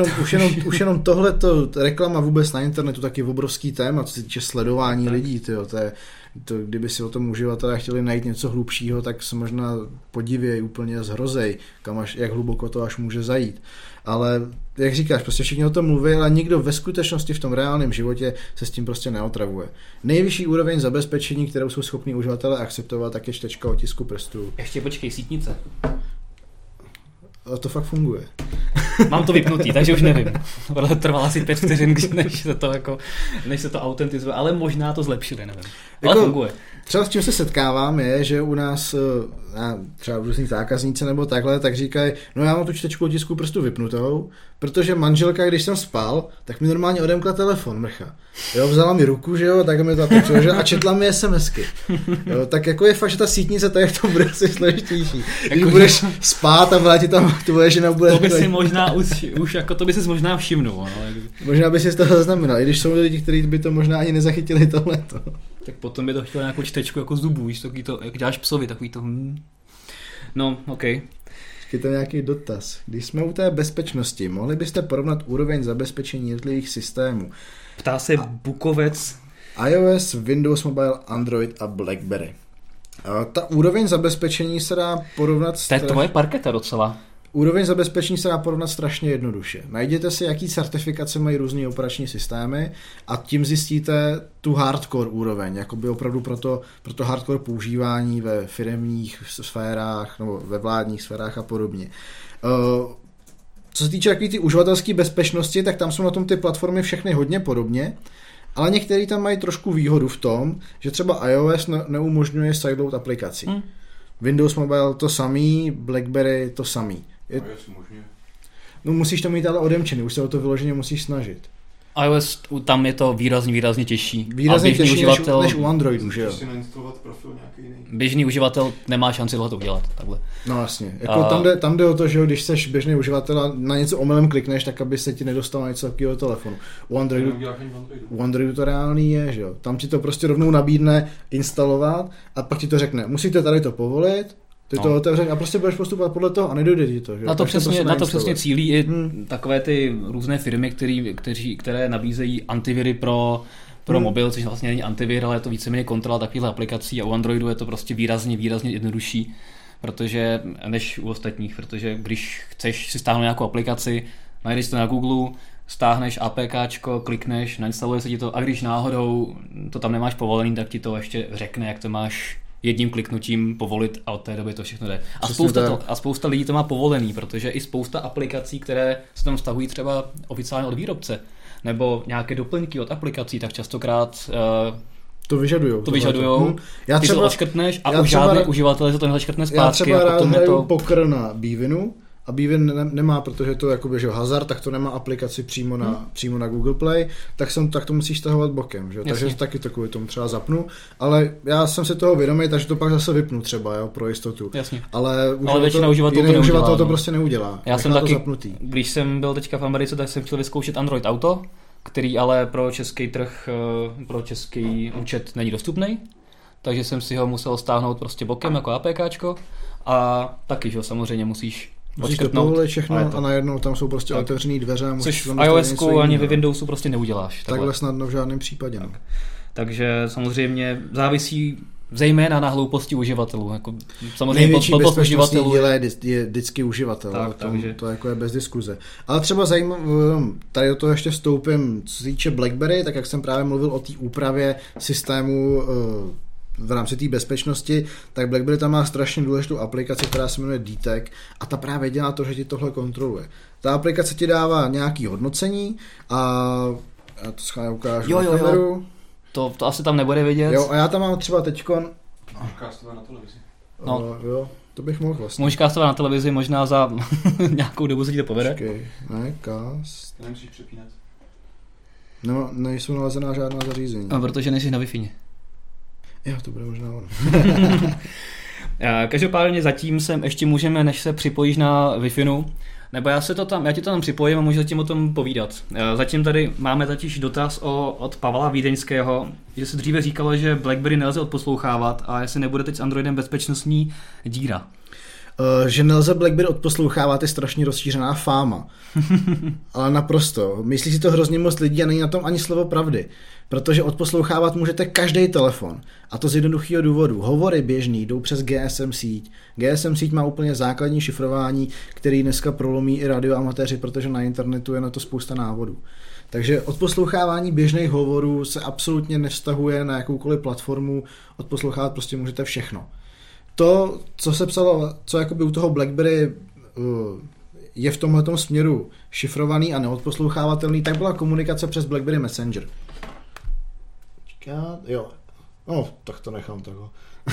Už jenom tohleto reklama vůbec na internetu taky obrovský téma, co se týče sledování lidí, tyjo, to, kdyby si o tom uživatelé chtěli najít něco hlubšího, tak se možná podivějí úplně zhrozej, jak hluboko to až může zajít. Ale jak říkáš, prostě všichni o tom mluví, ale nikdo ve skutečnosti v tom reálném životě se s tím prostě neotravuje. Nejvyšší úroveň zabezpečení, kterou jsou schopní uživatelé akceptovat, tak je čtečka otisku prstů. Ještě počkej, sítnice. A to fakt funguje. Mám to vypnutý, takže už nevím. Trvalo asi 5 vteřin, než se to autentizuje, ale možná to zlepšili, nevím. Ale funguje. Třeba s čím se setkávám je, že u nás třeba různý zákazníci nebo takhle, tak říkají, no já mám tu čtečku otisku prstu vypnutou, protože manželka, když jsem spal, tak mi normálně odemkla telefon, mrcha. Jo, vzala mi ruku, že jo, tak mi to přiložila a četla mi SMSky. Jo, tak jako je fakt, že ta sítnice tady v tom bude asi složitější. Když budeš spát a vláti tam tvoje žena bude... To by si možná už jako to by si možná všimnul. No. Možná by si z toho zaznamenal, i když jsou lidi, kteří by to možná ani nezachytili tohleto. Tak potom by to chtělo nějakou čtečku jako z zubů, víš, takový to, jak děláš psovi, takový to... No, OK. Je to nějaký dotaz. Když jsme u té bezpečnosti, mohli byste porovnat úroveň zabezpečení jednotlivých systémů? Ptá se Bukovec. iOS, Windows Mobile, Android a BlackBerry. Ta úroveň zabezpečení se dá porovnat... To je tvoje parketa docela. Úroveň zabezpečení se dá porovnat strašně jednoduše. Najděte si, jaký certifikace mají různé operační systémy a tím zjistíte tu hardcore úroveň, jakoby opravdu pro to hardcore používání ve firemních sférách nebo ve vládních sférách a podobně. Co se týče jaký ty uživatelské bezpečnosti, tak tam jsou na tom ty platformy všechny hodně podobně, ale některý tam mají trošku výhodu v tom, že třeba iOS neumožňuje sideload aplikací. Windows Mobile to samý, BlackBerry to samý. No musíš to mít ale odemčený, už se o to vyloženě musíš snažit. iOS, tam je to výrazně těžší. Výrazně těžší než u Androidu, že jo? Musíš si nainstalovat profil nějaký jiný. Běžný uživatel nemá šanci tohle udělat, takhle. No jasně, jako tam jde o to, že když seš běžný uživatel a na něco omylem klikneš, tak aby se ti nedostal na něco takového telefonu. U Androidu to reálný je, že jo? Tam ti to prostě rovnou nabídne instalovat a pak ti to řekne, musíte tady to povolit, ty to otevřeš a prostě budeš postupovat podle toho a nedojde ti to. Že? Na to přesně cílí i takové ty různé firmy, které nabízejí antiviry pro mobil, což vlastně není antivir, ale je to víceméně kontrola takovýchhle aplikací a u Androidu je to prostě výrazně jednodušší, protože než u ostatních, protože když chceš si stáhnout nějakou aplikaci, najdeš to na Google, stáhneš APKčko, klikneš, nainstaluje se ti to a když náhodou to tam nemáš povolený, tak ti to ještě řekne, jak to máš jedním kliknutím povolit a od té doby to všechno jde. A spousta lidí to má povolený, protože i spousta aplikací, které se tam stahují třeba oficiálně od výrobce, nebo nějaké doplňky od aplikací, tak častokrát to vyžadujou. Ty to odškrtneš a už žádný uživatel se to nezaškrtne zpátky. Já třeba rád hraju poker na Bivinu a Bivin nemá, protože to je jakoby, že hazard, tak to nemá aplikaci přímo na Google Play, tak to musíš stahovat bokem, že? Takže taky to kvůli tomu třeba zapnu, ale já jsem si toho vědomý, takže to pak zase vypnu třeba, jo, pro jistotu. Jasně. Ale většina uživatelů to prostě neudělá. Já jsem taky, když jsem byl teďka v Americe, tak jsem chtěl vyzkoušet Android Auto, který ale pro český trh, pro český účet není dostupný, takže jsem si ho musel stáhnout prostě bokem jako APKčko a taky, že samozřejmě musíš to povolit všechno a najednou tam jsou prostě otevřený dveře. Což v iOSku ani ve Windowsu prostě neuděláš. Takhle snadno v žádném případě. Tak. Takže samozřejmě závisí zejména na hlouposti uživatelů. Jako, samozřejmě největší bezpečnostní díl je vždycky uživatel. To jako je bez diskuze. Ale třeba tady do toho ještě vstoupím, co se týče BlackBerry, tak jak jsem právě mluvil o té úpravě systému v rámci té bezpečnosti, tak BlackBerry tam má strašně důležitou aplikaci, která se jmenuje Detect a ta právě dělá to, že ti tohle kontroluje. Ta aplikace ti dává nějaký hodnocení a já to schválně ukážu na kameru. To asi tam nebude vidět. Jo, a já tam mám třeba teďkon... Můžeš kástovat na televizi. Jo, to bych mohl vlastně. Můžeš kástovat na televizi, možná za nějakou dobu se ti to povede. Počkej, ne, kást. To nemusíš přepínat. No, nejsou nalezená žádná zařízení. A protože nejsi na Wi-Fi. Jo, to bude možná ono. Každopádně zatím ještě můžeme, než se připojíš na Wi-Fi, nebo já ti to tam připojím a můžu zatím o tom povídat. Zatím tady máme totiž dotaz od Pavla Vídeňského, že se dříve říkalo, že BlackBerry nelze odposlouchávat a jestli nebude teď s Androidem bezpečnostní díra. Že nelze BlackBerry odposlouchávat je strašně rozšířená fáma. Ale naprosto. Myslí si to hrozně moc lidí a není na tom ani slovo pravdy. Protože odposlouchávat můžete každý telefon. A to z jednoduchého důvodu. Hovory běžný jdou přes GSM síť. GSM síť má úplně základní šifrování, který dneska prolomí i radioamatéři, protože na internetu je na to spousta návodů. Takže odposlouchávání běžných hovorů se absolutně nevztahuje na jakoukoliv platformu. Odposlouchávat prostě můžete všechno. To, co se psalo, co jakoby u toho BlackBerry je v tomhletom směru šifrovaný a neodposlouchávatelný, tak byla komunikace přes BlackBerry Messenger. Jo. No, tak to nechám takhle.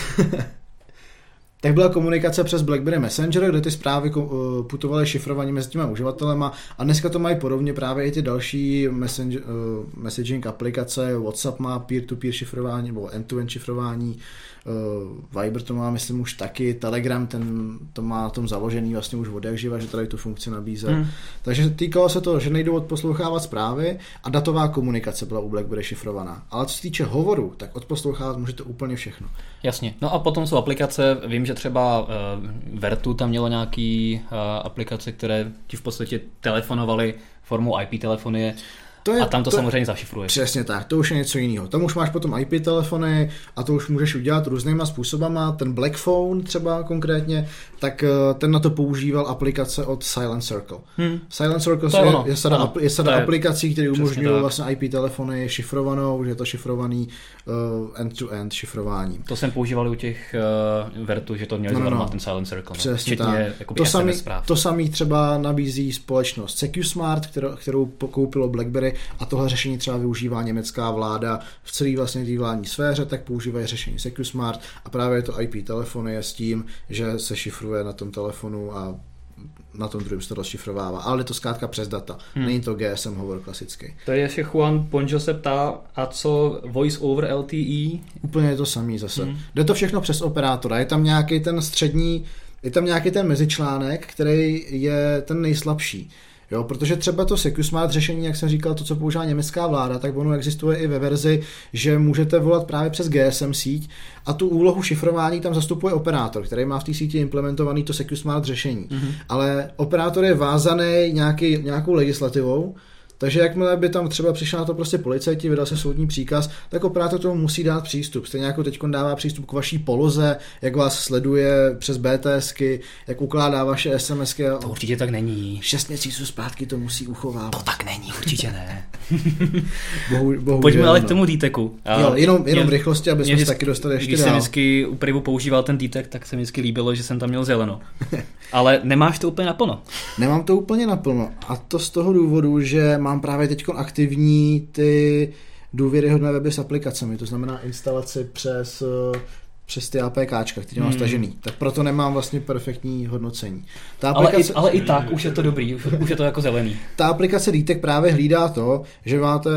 Tak byla komunikace přes BlackBerry Messenger, kde ty zprávy putovaly šifrovaně mezi těma uživatelema a dneska to mají podobně právě i ty další messaging aplikace. WhatsApp má peer-to-peer šifrování nebo end-to-end šifrování, Viber to má, myslím, už taky, Telegram to má na tom založený vlastně už od jak živa, že tady tu funkci nabíze. Takže týkalo se to, že nejdou odposlouchávat zprávy a datová komunikace byla u BlackBerry šifrovaná. Ale co se týče hovoru, tak odposlouchávat můžete úplně všechno. Jasně. No a potom jsou aplikace, vím, že třeba Vertu tam mělo nějaký aplikace, které ti v podstatě telefonovaly formou IP telefonie. A tam to samozřejmě zašifruje. Přesně tak, to už je něco jiného. Tam už máš potom IP telefony a to už můžeš udělat různýma způsobama. Ten Black Phone třeba konkrétně, tak ten na to používal aplikace od Silent Circle. Silent Circle je sada aplikací, které umožňují vlastně IP telefony šifrovanou, že je to šifrovaný end-to-end šifrování. To jsem používal u těch Vertu, že to měli zadarmo ten Silent Circle. Přesně tak. To samý třeba nabízí společnost SecuSmart, kterou koupilo BlackBerry a tohle řešení třeba využívá německá vláda v celé vlastně té vládní sféře, tak používají řešení SecuSmart a právě je to IP telefonie s tím, že se šifruje na tom telefonu a na tom druhém se to rozšifrovává, ale je to zkrátka přes data. Není to GSM hovor klasický. To je ještě Juan Ponjo se ptá, a co Voice over LTE? Úplně je to samý zase. Jde to všechno přes operátora, je tam nějaký ten střední, je tam nějaký ten mezičlánek, který je ten nejslabší. Jo, protože třeba to SecuSmart řešení, jak jsem říkal, to, co používá německá vláda, tak ono existuje i ve verzi, že můžete volat právě přes GSM síť a tu úlohu šifrování tam zastupuje operátor, který má v té síti implementovaný to SecuSmart řešení. Ale operátor je vázaný nějakou legislativou, takže jakmile by tam třeba přišel na to prostě policajti, vydal se soudní příkaz, tak operátor tomu musí dát přístup. Stejně jako teď dává přístup k vaší poloze, jak vás sleduje přes BTSky, jak ukládá vaše SMSky. To určitě tak není. 6 měsíců zpátky to musí uchovávat. To tak není, určitě ne. Pojďme ale k tomu DTECu. Jo, jenom v rychlosti, aby jsme se taky dostali ještě dál. Když jsem vždycky u Privu používal ten DTEC, tak se mi vždycky líbilo, že jsem tam měl zeleno. Ale nemáš to úplně naplno. Nemám to úplně naplno. A to z toho důvodu, že mám právě teď aktivní ty důvěryhodné weby s aplikacemi, to znamená instalaci přes ty APKčka, který mám stažený. Tak proto nemám vlastně perfektní hodnocení. Ale i tak už je to dobrý, už je to jako zelený. Ta aplikace DTEC právě hlídá to, že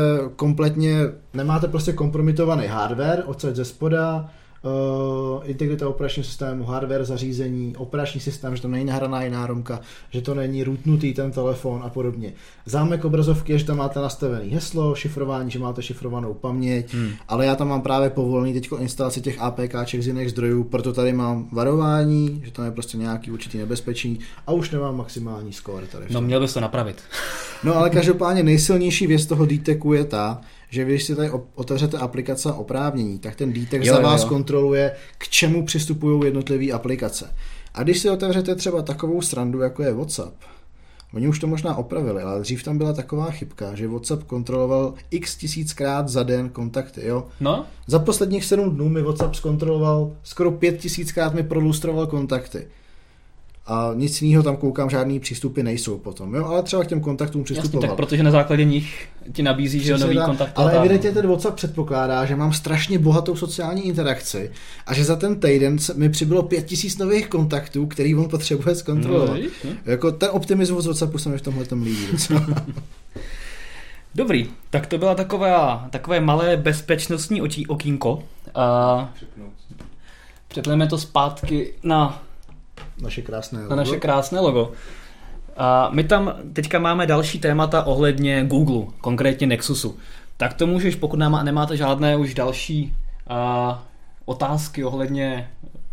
nemáte prostě kompromitovaný hardware, odsaď ze spoda, integrita operačního systému, hardware, zařízení, operační systém, že to není nahraná jiná romka, že to není rootnutý ten telefon a podobně. Zámek obrazovky je, že tam máte nastavený heslo, šifrování, že máte šifrovanou paměť, ale já tam mám právě povolený teďko instalaci těch APKček z jiných zdrojů, proto tady mám varování, že tam je prostě nějaký určitý nebezpečí a už nemám maximální score tady. No měl bys to napravit. No ale každopádně nejsilnější věc toho DTECu je ta, že když si tady otevřete aplikace oprávnění, tak ten DTEC za vás kontroluje, k čemu přistupují jednotlivé aplikace. A když si otevřete třeba takovou srandu, jako je WhatsApp, oni už to možná opravili, ale dřív tam byla taková chybka, že WhatsApp kontroloval x tisíckrát za den kontakty, jo? No? Za posledních 7 dnů mi WhatsApp zkontroloval, skoro 5000krát mi prolustroval kontakty. A nic jiného tam koukám, žádný přístupy nejsou potom, jo, ale třeba k těm kontaktům přistupoval. Jasně, tak protože na základě nich ti nabízí, že nový kontakt. Ale evidentně ten WhatsApp předpokládá, že mám strašně bohatou sociální interakci a že za ten týden mi přibylo 5000 nových kontaktů, který on potřebuje zkontrolovat. No. Jako ten optimismus WhatsAppu se mi v tomhletom líbí. Dobrý, tak to byla takové malé bezpečnostní okýnko. Přepneme to zpátky na naše krásné logo. A my tam teďka máme další témata ohledně Google, konkrétně Nexusu. Tak to můžeš, pokud nemáte žádné už další otázky ohledně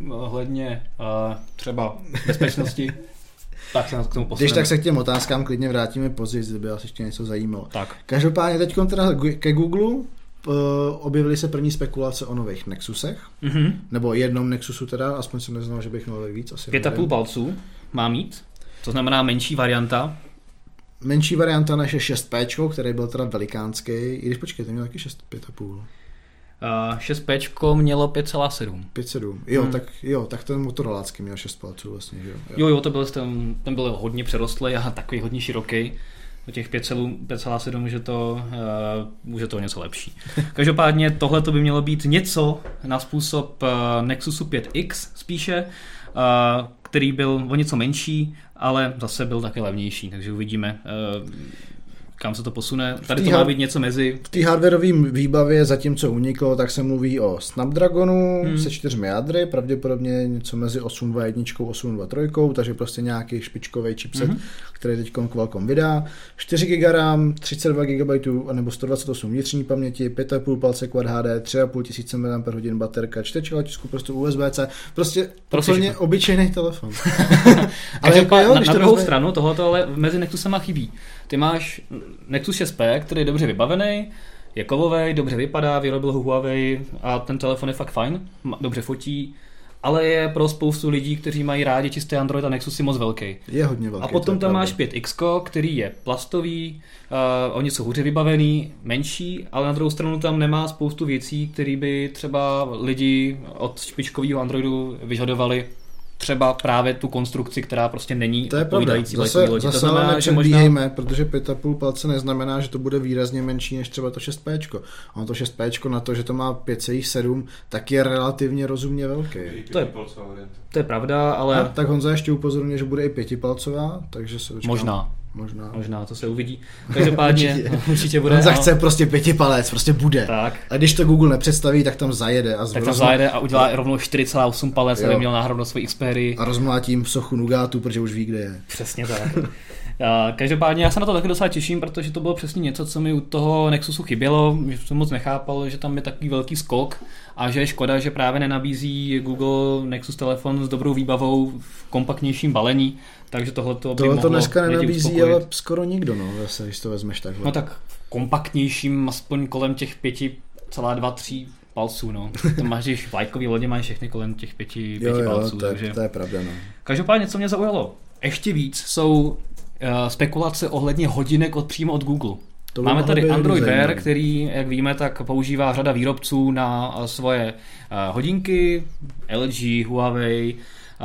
třeba bezpečnosti, tak se k tomu posuneme. Když tak se k těm otázkám klidně vrátíme později, kdyby vás ještě něco zajímalo. Tak. Každopádně teď teda ke Google objevily se první spekulace o nových Nexusech, nebo jednom Nexusu teda, aspoň jsem neznal, že bych měl víc. 5,5 palců má mít, to znamená menší varianta. Menší varianta než je 6P, který byl teda velikánský, i když počkejte, měl taky 5,5. 6P mělo 5,7. 5,7. Tak ten motorolácký měl 6 palců vlastně, že jo? Jo, ten byl hodně přerostlý a takový hodně široký. O těch 5,7 už je to něco lepší. Každopádně tohle by mělo být něco na způsob Nexusu 5X spíše, který byl o něco menší, ale zase byl také levnější, takže uvidíme, kam se to posune. Tady to má být něco mezi... V té hardwareové výbavě, zatímco uniklo, tak se mluví o Snapdragonu se 4 jádry, pravděpodobně něco mezi 8.2.1 a 8.2.3, takže prostě nějaký špičkový chipset, který teď Qualcomm vydá. 4 GB RAM, 32 GB nebo 128 vnitřní paměti, 5,5 palce Quad HD, 3500 mAh baterka, 4 čláčku, prostě USB-C, prostě úplně obyčejný telefon. Ale na druhou stranu tohoto ale mezi Nexusama chybí. Ty máš Nexus 6P, který je dobře vybavený, je kovový, dobře vypadá, vyrobil ho Huawei a ten telefon je fakt fajn, dobře fotí, ale je pro spoustu lidí, kteří mají rádi čistý Android a Nexus je moc velký. Je hodně velký. A potom tam máš 5X, který je plastový, o něco hůře vybavený, menší, ale na druhou stranu tam nemá spoustu věcí, které by třeba lidi od špičkového Androidu vyžadovali. třeba právě tu konstrukci, která prostě není to je odpovídající pravda. vlajkový lodi. Zase To znamená, že nepředbíhejme, protože 5,5 palce neznamená, že to bude výrazně menší než třeba to 6P. Ono to 6P na to, že to má 5,7, tak je relativně rozumně velký. To je pravda, ale... A tak Honza ještě upozorňuje, že bude i 5palcová, takže se dočkám. Možná, to se uvidí. Každopádně určitě bude. Honza chce prostě 5 prostě bude. Tak. A když to Google nepředstaví, tak tam zajede. Tak tam zajede a udělá rovnou 4,8 palec, aby měl náhodou svoji Xperii. A rozmlátím sochu Nugátu, protože už ví, kde je. Přesně tak. Každopádně já se na to taky docela těším, protože to bylo přesně něco, co mi u toho Nexusu chybělo, že jsem moc nechápal, že tam je takový velký skok a že je škoda, že právě nenabízí Google Nexus telefon s dobrou výbavou v kompaktnějším balení, takže tohleto by mohlo dneska nenabízí, uspokojit. Ale skoro nikdo, no, zase, když to vezmeš takhle. No tak kompaktnějším, aspoň kolem těch 5,2-3 palců, no. To máš, když vlajkový lodě mají všechny kolem těch 5 palců. To je pravda, no. Každopádně, co mě zaujalo ještě víc, jsou spekulace ohledně hodinek přímo od Google. Máme tady Android Wear, který, jak víme, tak používá řada výrobců na svoje hodinky, LG, Huawei,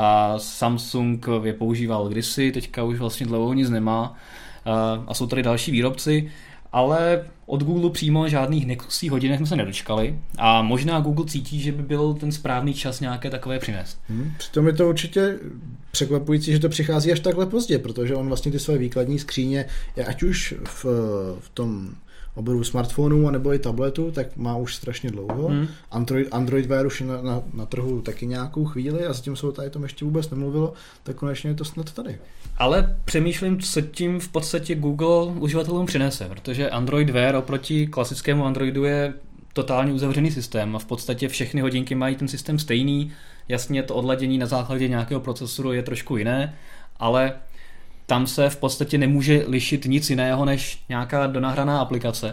Samsung je používal kdysi, teďka už vlastně dlouho nic nemá a jsou tady další výrobci, ale od Google přímo žádných Nexusích hodinek jsme se nedočkali a možná Google cítí, že by byl ten správný čas nějaké takové přinést. Přitom je to určitě překvapující, že to přichází až takhle pozdě, protože on vlastně ty své výkladní skříně, ať už v tom oboru smartphonů nebo i tabletu, tak má už strašně dlouho. Android Wear už je na trhu taky nějakou chvíli a zatím se o tom ještě vůbec nemluvilo, tak konečně je to snad tady. Ale přemýšlím, co tím v podstatě Google uživatelům přinese, protože Android Wear oproti klasickému Androidu je totálně uzavřený systém a v podstatě všechny hodinky mají ten systém stejný. Jasně to odladění na základě nějakého procesoru je trošku jiné, ale tam se v podstatě nemůže lišit nic jiného než nějaká donahraná aplikace.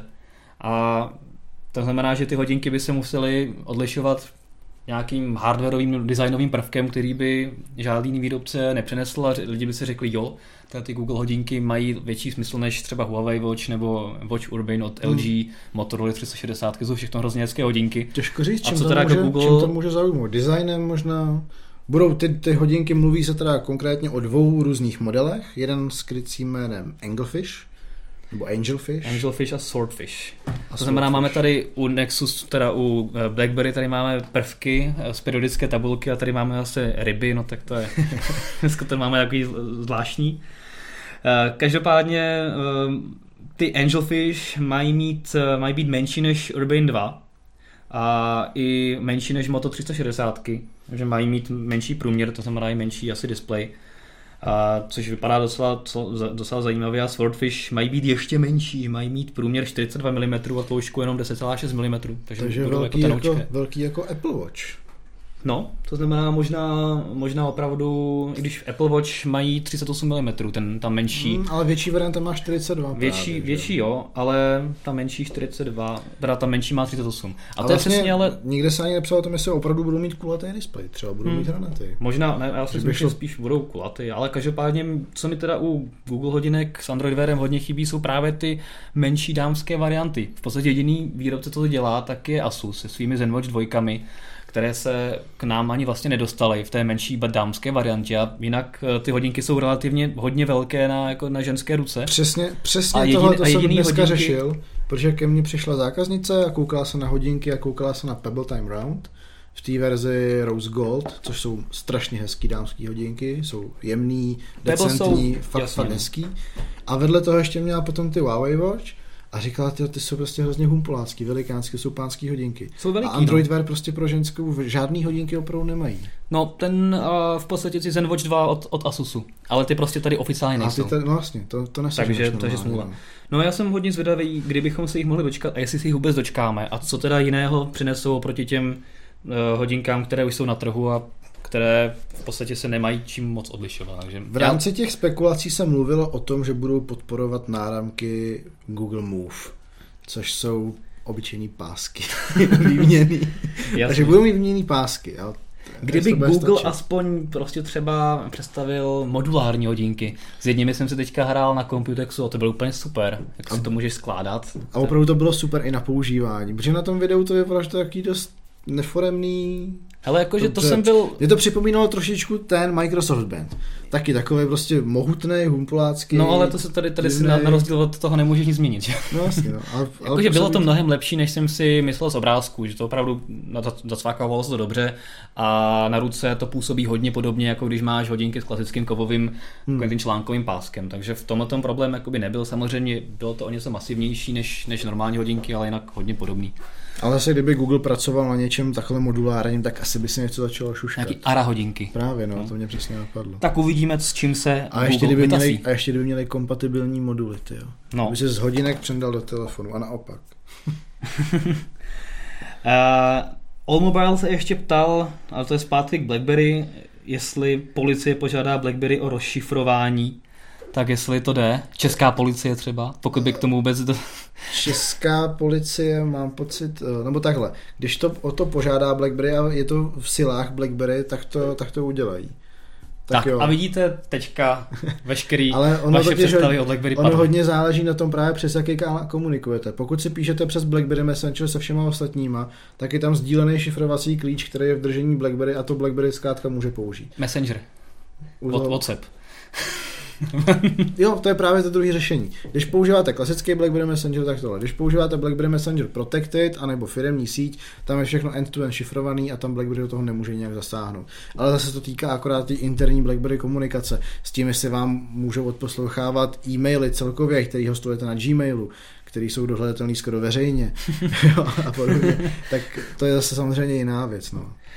A to znamená, že ty hodinky by se musely odlišovat nějakým hardwarovým designovým prvkem, který by žádný výrobce nepřinesl a lidi by si řekli, jo, ty Google hodinky mají větší smysl než třeba Huawei Watch nebo Watch Urbane od LG, Motorola 360, jsou všechno hrozně hezké hodinky. Těžko říct, čím to může zaujmout. Designem možná. Budou ty hodinky, mluví se teda konkrétně o 2 různých modelech. Jeden s krycím jménem Angelfish a Swordfish. To znamená, máme tady u Nexus, teda u BlackBerry, tady máme prvky z periodické tabulky a tady máme zase ryby, no tak to je, dneska to máme takový zvláštní. Každopádně ty Angelfish mají být menší než Urbane 2 a i menší než Moto 360, takže mají mít menší průměr, to znamená i menší asi display. Což vypadá docela zajímavě a Swordfish mají být ještě menší, mají mít průměr 42 mm a tloušťku jenom 10,6 mm. Takže velký jako Apple Watch. No, to znamená možná opravdu, i když Apple Watch mají 38 mm, ta menší. Ale větší varianta má 42. Větší jo, ale ta menší 42, teda ta menší má 38. A to vlastně je přesně, ale nikde se ani nepsalo o tom, jestli opravdu budou mít kulatý displej, třeba budou mít hranatý. Možná, ne, já si myslím, že spíš budou kulatý, ale každopádně, co mi teda u Google hodinek s Android Wearem hodně chybí, jsou právě ty menší dámské varianty. V podstatě jediný výrobce, co to dělá, tak je Asus se svými ZenWatch 2, které se k nám ani vlastně nedostaly v té menší dámské variantě a jinak ty hodinky jsou relativně hodně velké na ženské ruce. Přesně tohle jsem dneska řešil, protože ke mně přišla zákaznice a koukala se na hodinky a koukala se na Pebble Time Round v té verzi Rose Gold, což jsou strašně hezký dámský hodinky, jsou jemný, decentní, fakt hezký. A vedle toho ještě měla potom ty Huawei Watch a říkala, ty jsou prostě hrozně humpolácký, velikánský, jsou pánský hodinky. Jsou veliký, a Android Wear prostě pro ženskou žádný hodinky opravdu nemají. No, ten v podstatě si ZenWatch 2 od Asusu, ale ty prostě tady oficiálně nejsou. No vlastně, to nesmíš. Takže smůla. No já jsem hodně zvědavý, kdybychom se jich mohli dočkat a jestli si jich vůbec dočkáme a co teda jiného přinesou oproti těm hodinkám, které už jsou na trhu a které v podstatě se nemají čím moc odlišovat. Takže v rámci těch spekulací se mluvilo o tom, že budou podporovat náramky Google Move, což jsou obyčejný pásky výměný. Takže budou mít výměný pásky. Kdyby Google aspoň prostě třeba představil modulární hodinky. S jedními jsem si teďka hrál na Computexu a to bylo úplně super, jak si to můžeš skládat. A opravdu to bylo super i na používání, protože na tom videu to vypadalo, že to je takový dost neforemný. Hele, jakože to Dobře. jsem byl... Mě to připomínalo trošičku ten Microsoft Band. Taky takový prostě mohutný, humpolácký. No ale to se tady si na rozdíl od toho nemůžeš nic změnit. Že? No vlastně, no. Jakože bylo to mnohem lepší, než jsem si myslel z obrázku, že to opravdu zacvákovalo se to dobře a na ruce to působí hodně podobně, jako když máš hodinky s klasickým kovovým tím článkovým páskem. Takže v tomhle problém jakoby nebyl. Samozřejmě bylo to o něco masivnější než normální hodinky, ale jinak hodně podobný. Ale zase kdyby Google pracoval na něčem takhle modulárním, tak asi by se něco začalo šuškat. Nějaký ARA hodinky. Právě, no, to mě přesně napadlo. Tak uvidíme, s čím se A ještě kdyby měli kompatibilní moduly, jo. No. Aby se z hodinek přendal do telefonu a naopak. Allmobile se ještě ptal, ale to je zpátky k BlackBerry, jestli policie požádá BlackBerry o rozšifrování, tak jestli to jde. Česká policie třeba, pokud by k tomu vůbec... Česká policie, mám pocit, nebo takhle, když to o to požádá BlackBerry a je to v silách BlackBerry, tak to udělají. Tak a vidíte teďka veškerý ale vaše představy o BlackBerry ono hodně záleží na tom právě přes jaký kanál komunikujete. Pokud si píšete přes BlackBerry Messenger se všema ostatníma, tak je tam sdílený šifrovací klíč, který je v držení BlackBerry a to BlackBerry zkrátka může použít. Messenger. WhatsApp. Jo, to je právě to druhé řešení. Když používáte klasický BlackBerry Messenger, tak tohle. Když používáte BlackBerry Messenger Protected anebo firemní síť, tam je všechno end-to-end šifrovaný a tam BlackBerry do toho nemůže nějak zasáhnout. Ale zase to týká akorát té interní BlackBerry komunikace. S tím, jestli vám můžou odposlouchávat e-maily celkově, který hostujete na Gmailu, který jsou dohledatelný skoro veřejně a podobně, tak to je zase samozřejmě jiná věc.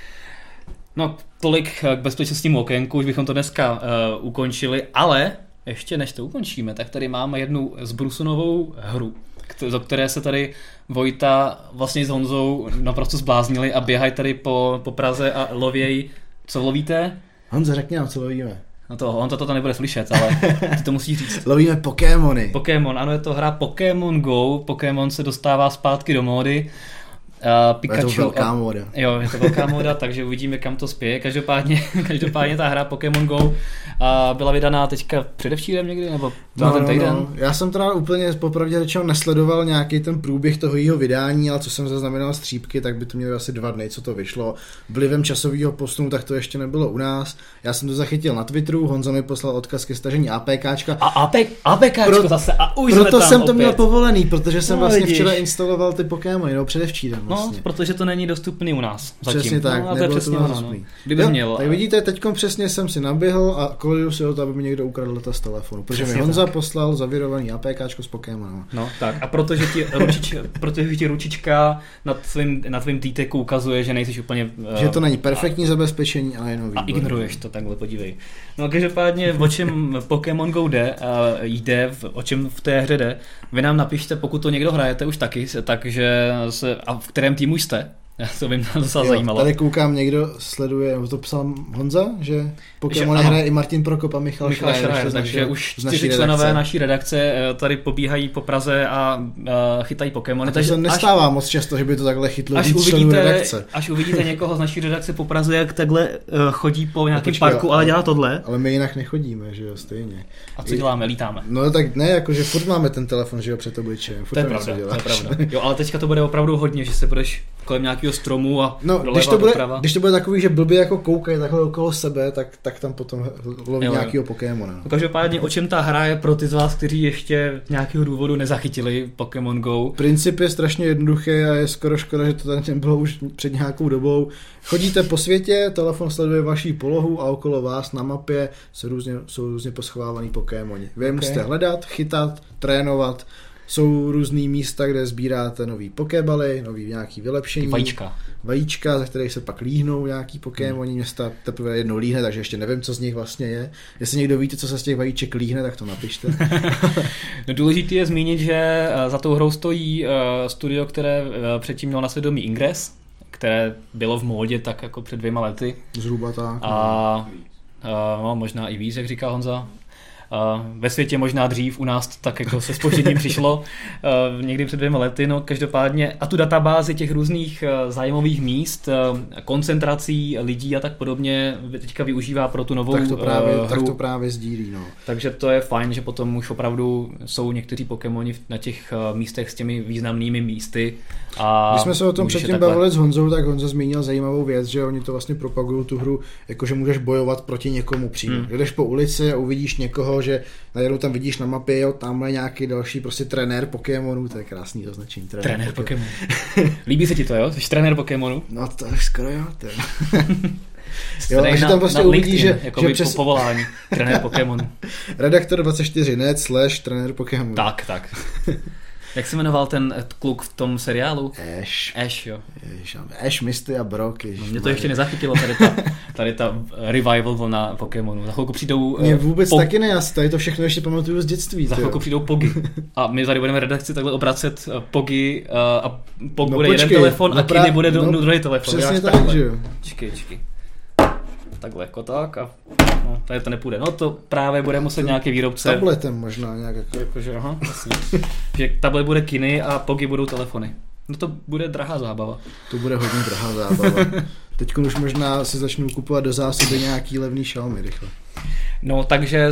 No, tolik k bezpečnostnímu okénku, už bychom to dneska ukončili, ale ještě než to ukončíme, tak tady máme jednu zbrusunovou hru, do které se tady Vojta vlastně s Honzou naprosto zbláznili a běhají tady po Praze a lovějí. Co lovíte? Honza, řekni nám, co lovíme. No to, on to nebude slyšet, ale ty to musíš říct. Lovíme Pokémony. Pokémon, ano, je to hra Pokémon Go, Pokémon se dostává zpátky do módy. Pikachu, je to velká móda. Jo, je to velká móda, takže uvidíme, kam to spěje. Každopádně ta hra Pokémon Go byla vydaná teďka předevčírem někdy, nebo ten týden? No. Já jsem teda úplně popravdě řečeno nesledoval nějaký ten průběh toho jeho vydání, ale co jsem zaznamenal střípky, tak by to mělo asi 2 dny, co to vyšlo. Vlivem časového posunu, tak to ještě nebylo u nás. Já jsem to zachytil na Twitteru, Honza mi poslal odkaz ke stažení APKčka. A APKčko zase a už jsme proto tam jsem to opět. měl povolený, protože jsem vlastně vidíš. včera instaloval ty Pokémony, no předevčírem vlastně. No, protože to není dostupný u nás zatím. Přesně tak, no, nebylo přesně to ono, dostupný. Kdyby měl. Tak vidíte, teďkom přesně jsem si naběhl a kolidu si o to, aby mi někdo ukradl data z telefonu, protože mi Honza poslal zavírovaný APKčko s Pokémonem. No, tak a protože ti ručička na tvým týteku ukazuje, že nejsi úplně... Že to není perfektní zabezpečení, ale jenom výborný. A ignoruješ to, takhle podívej. No a každopádně, o čem Pokémon Go jde, o čem v té hře jde, vy nám napište, pokud to někdo hrajete už taky, takže a v kterém týmu jste. To by mě docela zajímalo. Tady koukám, někdo sleduje, to psal Honza, že Pokémon hraje i Martin Prokop a Michal Schreier, takže už 4 členové naší redakce tady pobíhají po Praze a chytají Pokémony. To se nestává moc často, že by to takhle chytlo víc členů redakce. Až uvidíte někoho z naší redakce po Praze, jak takhle chodí po nějakém parku, ale dělá tohle. Ale my jinak nechodíme, že jo, stejně. A co děláme? Lítáme. No tak ne, jakože furt máme ten telefon, že jo, před obličejem. To je pravda. Jo, ale teďka to bude opravdu hodně, že se budeš kolem nějakého stromu a když to bude takový, že blbě jako koukají takhle okolo sebe, tak tam potom loví nějakýho Pokémona. Každopádně o čem ta hra je pro ty z vás, kteří ještě nějakého důvodu nezachytili Pokémon Go? Princip je strašně jednoduchý a je skoro škoda, že to tam bylo už před nějakou dobou. Chodíte po světě, telefon sleduje vaši polohu a okolo vás na mapě jsou různě poschovávaný Pokémoni. Vy musíte hledat, chytat, trénovat. Jsou různý místa, kde sbíráte nový pokébaly, nový nějaký vylepšení. Vajíčka, za které se pak líhnou nějaký Pokémoni. Města teprve jednou líhne, takže ještě nevím, co z nich vlastně je. Jestli někdo víte, co se z těch vajíček líhne, tak to napište. No, důležité je zmínit, že za tou hrou stojí studio, které předtím mělo na svědomí Ingress, které bylo v módě tak jako před 2 lety. Zhruba tak. A no, možná i víc, jak říká Honza. Ve světě možná dřív, u nás tak jako se zpožděním přišlo někdy před 2 lety, no každopádně a tu databázi těch různých zájmových míst, koncentrací lidí a tak podobně teďka využívá pro tu novou tak to právě sdílí, no. Takže to je fajn, že potom už opravdu jsou někteří Pokémoni na těch místech s těmi významnými místy. A když jsme se o tom předtím bavili s Honzou, tak Honza zmínil zajímavou věc, že oni to vlastně propagují tu hru, jakože můžeš bojovat proti někomu přímo. Jdeš po ulici a uvidíš někoho, že najednou tam vidíš na mapě, jo, tam je nějaký další prostě trenér Pokémonů, to je krásný označení. Trenér Pokémonů. Líbí se ti to, jo? Jsi trenér Pokémonů? No to skoro jo. Jo, a že tam prostě uvidíš, že přes povolání trenér Pokémonů. Redaktor 24net / trenér Pokémonů. Tak. Jak se jmenoval ten kluk v tom seriálu? Ash, jo. Ash, Misty a Brock. No, mě to ještě nezachytilo, tady ta revival vlna Pokémonů. Za chvilku přijdou... Mě vůbec taky ne, já si tady to všechno ještě pamatuju z dětství. Za chvilku přijdou Pogy. A my tady budeme v redakci takhle obracet Pogy a Pog bude jeden telefon a Kiny bude druhý telefon. Přesně tak, že jo. Čekej. Takhle jako tak a no, tady to nepůjde. No to právě bude muset nějaký výrobce... Tabletem možná nějak jakože, aha, jasně. Že tablet bude Kiny a Pogy budou telefony. No to bude drahá zábava. To bude hodně drahá zábava. Teď už možná si začnou kupovat do zásoby nějaký levný Xiaomi rychle. No takže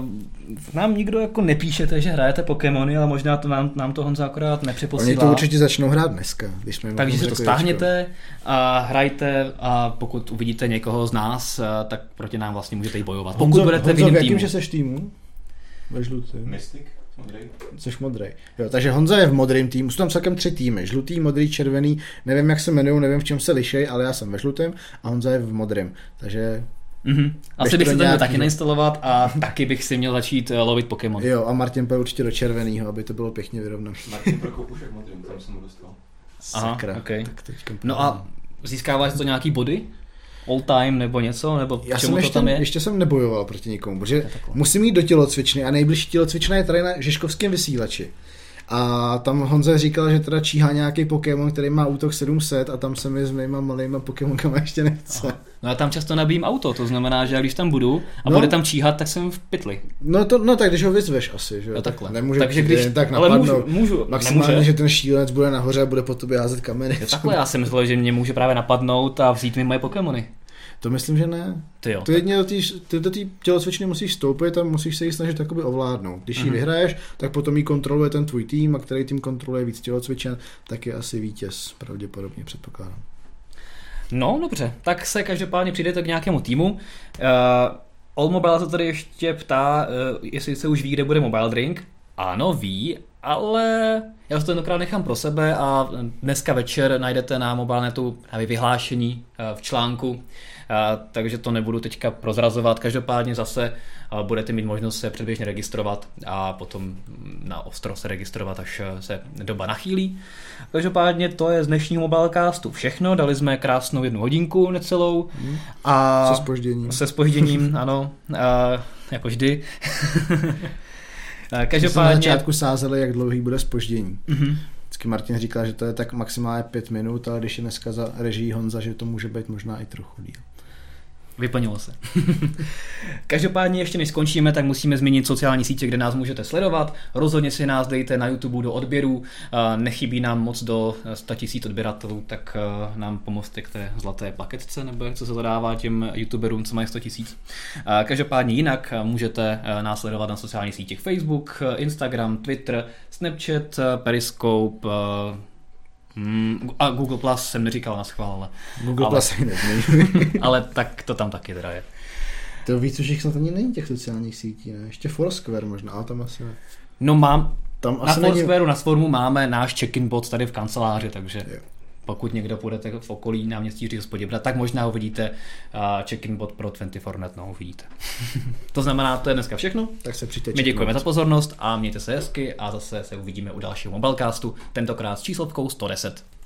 nám nikdo jako nepíšete, že hrajete Pokémony, ale možná to nám to Honza akorát nepřiposílá. Oni to určitě začnou hrát dneska. Takže si to stáhněte a hrajte a pokud uvidíte někoho z nás, tak proti nám vlastně můžete i bojovat. Pokud budete v jiném týmu. Že seš týmu? Ve žlutém. Mystic? Modrý. Což modrý. Jo, takže Honza je v modrým týmu, jsou tam celkem 3 týmy, žlutý, modrý, červený, nevím jak se jmenují, nevím v čem se lišej, ale já jsem ve žlutém a Honza je v modrém, takže... Asi bych se to měl taky nainstalovat a taky bych si měl začít lovit Pokémon. Jo, a Martin půjde určitě do červeného, aby to bylo pěkně vyrovnané. Martin Prokopušek modrým, tam jsem ho dostal. Sakra. Okay. No a získáváš to nějaký body? All time nebo něco? Nebo já jsem ještě jsem nebojoval proti nikomu, protože musím jít do tělocvičny a nejbližší tělocvična je tady na Žižkovském vysílači. A tam Honza říkal, že teda číhá nějaký Pokémon, který má útok 700 a tam se mi s mýma malýma Pokémonkama ještě nechce. Aha. No já tam často nabíjím auto, to znamená, že když tam budu a bude tam číhat, tak jsem v pytli. No tak když ho vyzveš asi, že jo. No takhle. Nemůže takže když tak napadnout. Ale můžu maximálně, že ten šílenec bude nahoře a bude po tobě házet kameny. Takhle já jsem myslel, že mě může právě napadnout a vzít mi moje Pokémony. To myslím, že ne. To jedně do té tělocvičny musíš vstoupit a musíš se ji snažit takoby ovládnout. Když ji vyhraješ, tak potom ji kontroluje ten tvůj tým a který tým kontroluje víc tělocvičen, tak je asi vítěz, pravděpodobně předpokládám. No dobře, tak se každopádně přijdete k nějakému týmu. All Mobile se tady ještě ptá, jestli se už ví, kde bude Mobile Drink. Ano, ví, ale já to tentokrát nechám pro sebe a dneska večer najdete na Mobilenetu vyhlášení v článku, takže to nebudu teďka prozrazovat. Každopádně zase budete mít možnost se předběžně registrovat a potom na ostro se registrovat, až se doba nachýlí. Každopádně to je z dnešního Mobilecastu všechno, dali jsme krásnou 1 hodinku necelou. A se zpožděním, ano, jako vždy. Každopádně... Na začátku sázeli, jak dlouhý bude zpoždění. Vždycky Martin říkal, že to je tak maximálně 5 minut, ale když je dneska za režii Honza, že to může být možná i trochu díl. Vyplnilo se. Každopádně ještě než skončíme, tak musíme zmínit sociální sítě, kde nás můžete sledovat. Rozhodně si nás dejte na YouTube do odběrů. Nechybí nám moc do 100 000 odběratelů, tak nám pomozte k té zlaté plaketce, nebo jak co se zadává těm YouTuberům, co mají 100 000. Každopádně jinak můžete nás sledovat na sociálních sítích Facebook, Instagram, Twitter, Snapchat, Periscope, a Google Plus jsem neříkal na schvál, ale... Google Plus je nezmění. Ale tak to tam taky teda je. To víc už jich snad ani není těch sociálních sítí, ne? Ještě Foursquare možná, ale tam asi ne. No mám, tam na Foursquareu, na Swarmu máme náš check-in bot tady v kanceláři, takže pokud někdo půjdete v okolí náměstí Jiřího Spodibra, tak možná uvidíte check-in bot pro 24net, no uvidíte. To znamená, to je dneska všechno. Tak se přijďte. My děkujeme za pozornost a mějte se hezky a zase se uvidíme u dalšího Mobilecastu, tentokrát s číslovkou 110.